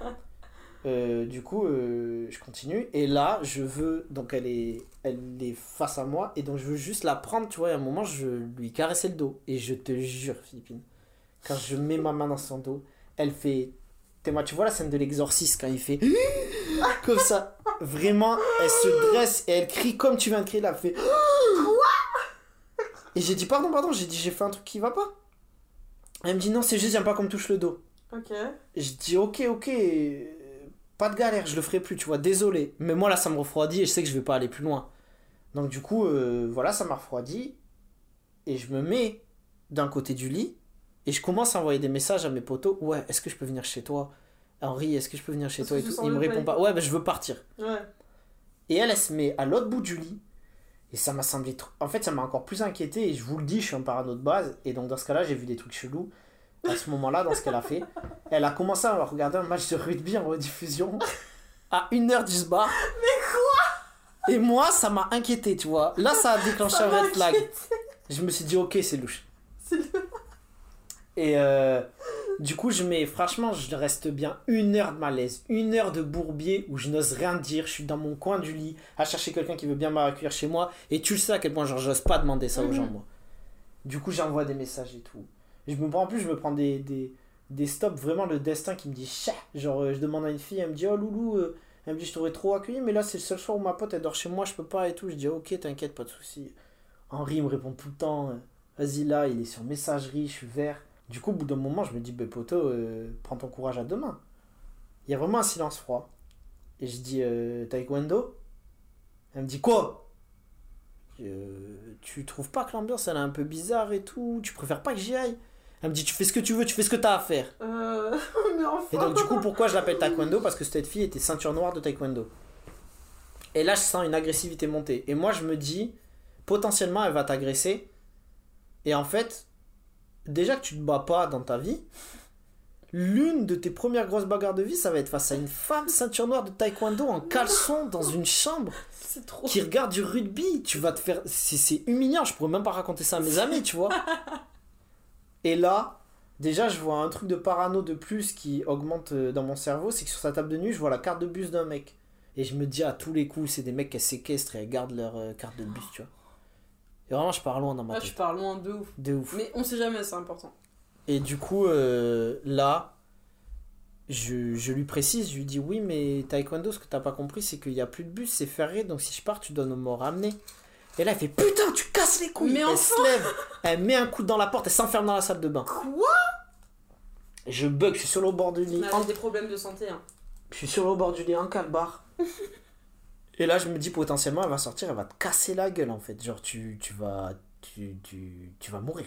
Du coup, je continue. Et là, donc elle est face à moi. Et donc, je veux juste la prendre, tu vois. Et à un moment, je lui caressais le dos. Et je te jure, Philippine, quand je mets ma main dans son dos, elle fait... Tu vois la scène de l'exorciste quand il fait... Comme ça. Vraiment, elle se dresse et elle crie comme tu viens de crier là. Elle fait... Quoi? Et j'ai dit, pardon. J'ai dit, j'ai fait un truc qui va pas. Elle me dit, non, c'est juste, j'aime pas qu'on me touche le dos. Ok. Je dis, ok. Pas de galère, je le ferai plus, tu vois, désolé. Mais moi là, ça me refroidit et je sais que je vais pas aller plus loin. Donc du coup, voilà, ça m'a refroidi. Et je me mets d'un côté du lit et je commence à envoyer des messages à mes potos. Ouais, est-ce que je peux venir chez toi? Henri, est-ce que je peux venir chez toi et tout? Il me répond pas. Ouais, ben je veux partir. Ouais. Et elle se met à l'autre bout du lit. Et ça m'a semblé trop... En fait, ça m'a encore plus inquiété. Et je vous le dis, je suis un parano de base. Et donc dans ce cas-là, j'ai vu des trucs chelous. À ce moment-là, dans ce qu'elle a fait, elle a commencé à regarder un match de rugby en rediffusion à 1h du bar. Mais quoi? Et moi, ça m'a inquiété, tu vois. Là, ça a déclenché un red flag. Je me suis dit, ok, c'est louche. C'est le- Et du coup, franchement, je reste bien 1 heure de malaise, 1 heure de bourbier où je n'ose rien dire. Je suis dans mon coin du lit à chercher quelqu'un qui veut bien m'accueillir chez moi. Et tu le sais à quel point, genre, j'ose pas demander ça aux gens, moi. Du coup, j'envoie des messages et tout. En plus, je me prends des stops, vraiment le destin qui me dit chat. Genre, je demande à une fille, elle me dit, oh loulou, elle me dit, je t'aurais trop accueilli, mais là, c'est le seul soir où ma pote, elle dort chez moi, je peux pas et tout. Je dis, ok, t'inquiète, pas de soucis. Henri me répond tout le temps, vas-y là, il est sur messagerie, je suis vert. Du coup, au bout d'un moment, je me dis, ben poteau, prends ton courage à deux mains. Il y a vraiment un silence froid. Et je dis, taekwondo? Elle me dit, quoi? Tu trouves pas que l'ambiance, elle est un peu bizarre et tout? Tu préfères pas que j'y aille? Elle me dit, tu fais ce que tu veux, tu fais ce que t'as à faire. Mais enfin. Et donc, du coup, pourquoi je l'appelle taekwondo? Parce que cette fille était ceinture noire de taekwondo. Et là, je sens une agressivité monter. Et moi, je me dis, potentiellement, elle va t'agresser. Et en fait, déjà que tu te bats pas dans ta vie, l'une de tes premières grosses bagarres de vie, ça va être face à une femme ceinture noire de taekwondo en caleçon dans une chambre C'est trop. qui regarde du rugby. Tu vas te faire. C'est humiliant, je pourrais même pas raconter ça à mes amis, tu vois. Et là, déjà, je vois un truc de parano de plus qui augmente dans mon cerveau, c'est que sur sa table de nuit, je vois la carte de bus d'un mec. Et je me dis à tous les coups, c'est des mecs qui séquestrent et elles gardent leur carte de bus, tu vois. Et vraiment, je pars loin dans ma Là, tête. je pars loin de ouf. De ouf. Mais on sait jamais, c'est important. Et du coup, là, je lui précise, je lui dis oui, mais taekwondo, ce que t'as pas compris, c'est qu'il y a plus de bus, c'est férié, donc si je pars, tu dois me ramener. Et là, elle fait putain, tu casses les couilles. Mais elle enfin se lève, elle met un coup dans la porte, elle s'enferme dans la salle de bain. Quoi? Je bug, je suis sur le bord du lit. On a des problèmes de santé, hein. Je suis sur le bord du lit en calbar. Et là, je me dis potentiellement, elle va sortir, elle va te casser la gueule en fait. Genre, tu vas mourir.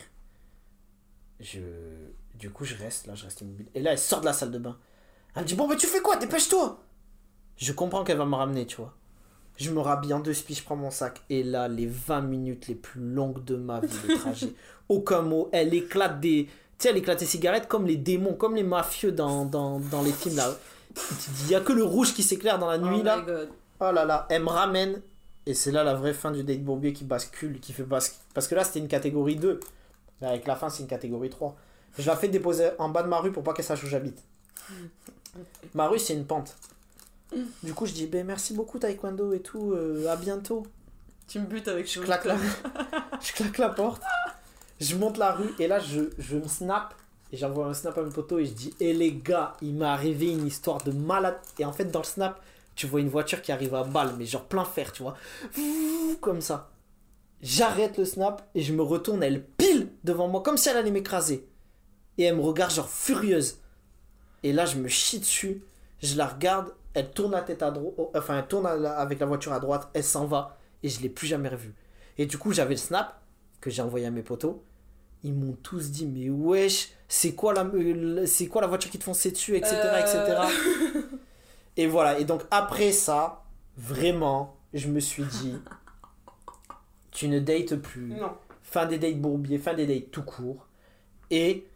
Du coup, je reste immobile. Et là, elle sort de la salle de bain. Elle me dit, bon, mais tu fais quoi? Dépêche-toi! Je comprends qu'elle va me ramener, tu vois. Je me rhabille en 2 spies, je prends mon sac. Et là, les 20 minutes les plus longues de ma vie de trajet. Aucun mot. Elle éclate des cigarettes comme les démons, comme les mafieux dans les films là. Il n'y a que le rouge qui s'éclaire dans la nuit là. Oh my god. Oh là là, elle me ramène. Et c'est là la vraie fin du date bourbier qui bascule, parce que là c'était une catégorie 2. Mais avec la fin c'est une catégorie 3. Je la fais déposer en bas de ma rue pour pas qu'elle sache où j'habite. Ma rue c'est une pente. Du coup je dis ben merci beaucoup taekwondo et tout, à bientôt. Tu me butes avec Je claque la porte. Je monte la rue et là je me snap. Et j'envoie un snap à mes potos et je dis eh les gars, il m'est arrivé une histoire de malade. Et en fait dans le snap tu vois une voiture qui arrive à balle, mais genre plein fer, tu vois. Comme ça. J'arrête le snap et je me retourne, elle pile devant moi, comme si elle allait m'écraser. Et elle me regarde genre furieuse. Et là, je me chie dessus. Je la regarde, elle tourne la tête à droite, enfin, elle tourne avec la voiture à droite, elle s'en va. Et je l'ai plus jamais revue. Et du coup, j'avais le snap que j'ai envoyé à mes potos. Ils m'ont tous dit, mais wesh, c'est quoi la voiture qui te fonçait dessus, etc., etc. Et voilà, et donc après ça, vraiment, je me suis dit, tu ne dates plus. Non. Fin des dates bourbier, fin des dates tout court. Et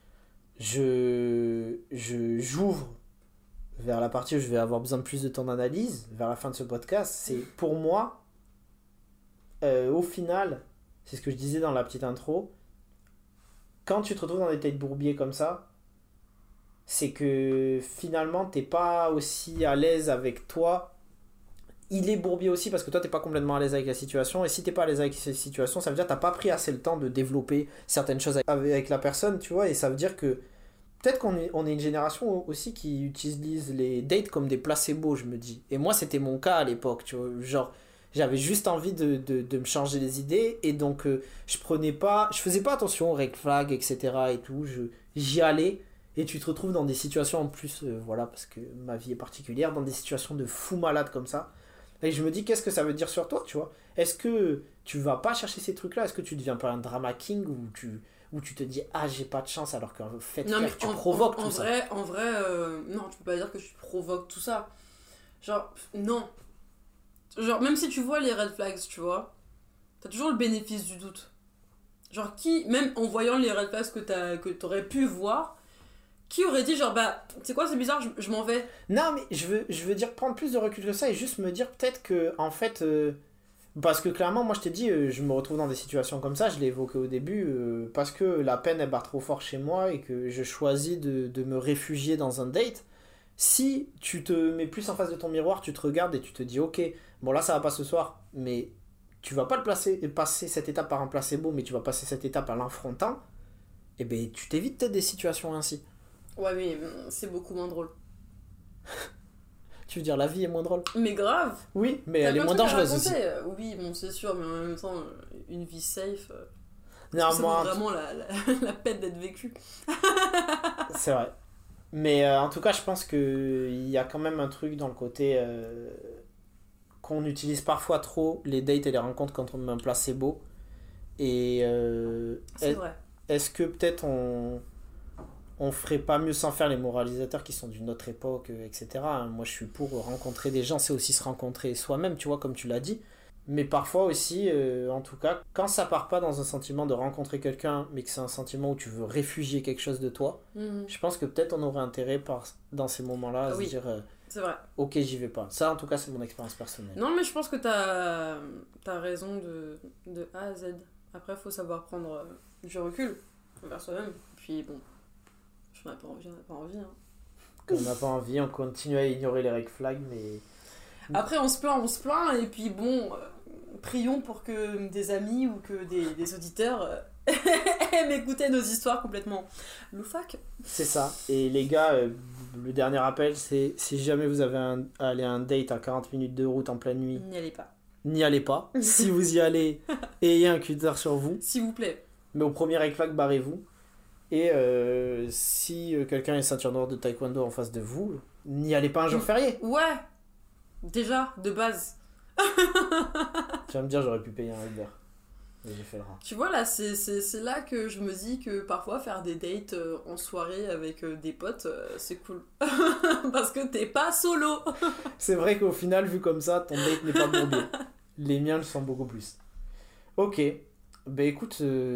j'ouvre vers la partie où je vais avoir besoin de plus de temps d'analyse, vers la fin de ce podcast. C'est pour moi, au final, c'est ce que je disais dans la petite intro, quand tu te retrouves dans des dates bourbier comme ça, c'est que finalement t'es pas aussi à l'aise avec toi. Il est bourbier aussi parce que toi t'es pas complètement à l'aise avec la situation, et si t'es pas à l'aise avec cette situation, ça veut dire que t'as pas pris assez le temps de développer certaines choses avec la personne, tu vois. Et ça veut dire que peut-être qu'on est une génération aussi qui utilise les dates comme des placebos, je me dis. Et moi c'était mon cas à l'époque, tu vois, genre j'avais juste envie de me changer les idées, et donc je faisais pas attention aux red flags, etc. et tout, j'y allais. Et tu te retrouves dans des situations en plus, voilà, parce que ma vie est particulière, dans des situations de fou malade comme ça. Et je me dis, qu'est-ce que ça veut dire sur toi, tu vois? Est-ce que tu vas pas chercher ces trucs-là? Est-ce que tu deviens pas un drama king où tu te dis, ah, j'ai pas de chance, alors qu'en fait, Non, mais tu provoques tout ça. En vrai, non, tu peux pas dire que tu provoques tout ça. Genre, non. Genre, même si tu vois les red flags, tu vois, t'as toujours le bénéfice du doute. Genre, même en voyant les red flags que t'aurais pu voir, qui aurait dit genre bah c'est quoi, c'est bizarre, je m'en vais. Non mais je veux dire prendre plus de recul que ça et juste me dire peut-être que en fait Parce que clairement, moi je t'ai dit, je me retrouve dans des situations comme ça, je l'ai évoqué au début, parce que la peine elle bat trop fort chez moi et que je choisis de me réfugier dans un date. Si tu te mets plus en face de ton miroir, tu te regardes et tu te dis ok, bon là ça va pas ce soir, mais tu vas pas passer cette étape par un placebo, mais tu vas passer cette étape en l'affrontant, et ben tu t'évites peut-être des situations ainsi. Ouais, mais c'est beaucoup moins drôle. Tu veux dire la vie est moins drôle? Mais grave! Oui, mais elle est moins dangereuse aussi. Oui, bon, c'est sûr, mais en même temps, une vie safe, Non, ça moi, vaut vraiment la peine d'être vécue. c'est vrai. Mais en tout cas, je pense qu'il y a quand même un truc dans le côté qu'on utilise parfois trop les dates et les rencontres quand on met un placebo. Et C'est vrai. est-ce que peut-être on ferait pas mieux sans faire les moralisateurs qui sont d'une autre époque, etc. Moi, je suis pour rencontrer des gens, c'est aussi se rencontrer soi-même, tu vois, comme tu l'as dit. Mais parfois aussi, en tout cas, quand ça part pas dans un sentiment de rencontrer quelqu'un, mais que c'est un sentiment où tu veux réfugier quelque chose de toi, je pense que peut-être on aurait intérêt dans ces moments-là à se dire c'est vrai. ok, j'y vais pas. Ça, en tout cas, c'est mon expérience personnelle. Non, mais je pense que t'as raison de A à Z. Après, faut savoir prendre du recul envers soi-même. Puis bon, on n'a pas envie. Hein. Quand on n'a pas envie, on continue à ignorer les red flags, mais... Après, on se plaint, et puis bon, prions pour que des amis ou que des auditeurs aiment écouter nos histoires complètement loufoques. C'est ça. Et les gars, le dernier appel, c'est si jamais vous avez à aller à un date à 40 minutes de route en pleine nuit, N'y allez pas. N'y allez pas. Si vous y allez, ayez un cutter sur vous. S'il vous plaît. Mais au premier red flag, barrez-vous. Et si quelqu'un est ceinture noire de taekwondo en face de vous, n'y allez pas un jour férié. Ouais. Déjà, de base. Tu vas me dire, j'aurais pu payer un Uber. Mais j'ai fait le rat. Tu vois, là, c'est là que je me dis que parfois faire des dates en soirée avec des potes, c'est cool. Parce que t'es pas solo. C'est vrai qu'au final, vu comme ça, ton date n'est pas bourbier. Les miens le sont beaucoup plus. Ok. Bah écoute,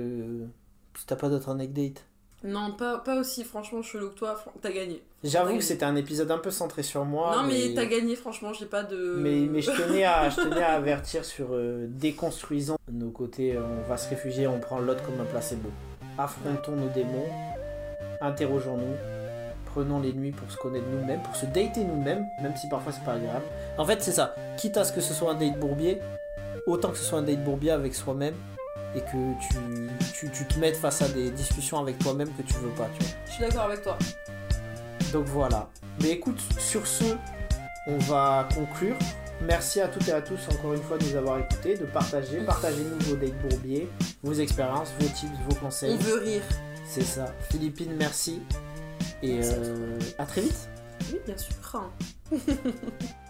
si t'as pas d'autres anecdotes. Non, pas aussi, franchement, chelou que toi, t'as gagné. J'avoue que c'était un épisode un peu centré sur moi. Non, mais t'as gagné, franchement, j'ai pas de... Mais je tenais à avertir sur déconstruisons nos côtés, on va se réfugier, on prend l'autre comme un placebo. Affrontons nos démons, interrogeons-nous, prenons les nuits pour se connaître nous-mêmes, pour se dater nous-mêmes, même si parfois c'est pas agréable. En fait, c'est ça, quitte à ce que ce soit un date bourbier, autant que ce soit un date bourbier avec soi-même, et que tu te mettes face à des discussions avec toi-même que tu veux pas, tu vois. Je suis d'accord avec toi. Donc voilà. Mais écoute, sur ce, on va conclure. Merci à toutes et à tous encore une fois de nous avoir écoutés, de partager. Partagez-nous vos dates bourbiers, vos expériences, vos tips, vos conseils. On veut rire. C'est ça. Philippine, merci. Et à très vite. Oui, bien sûr.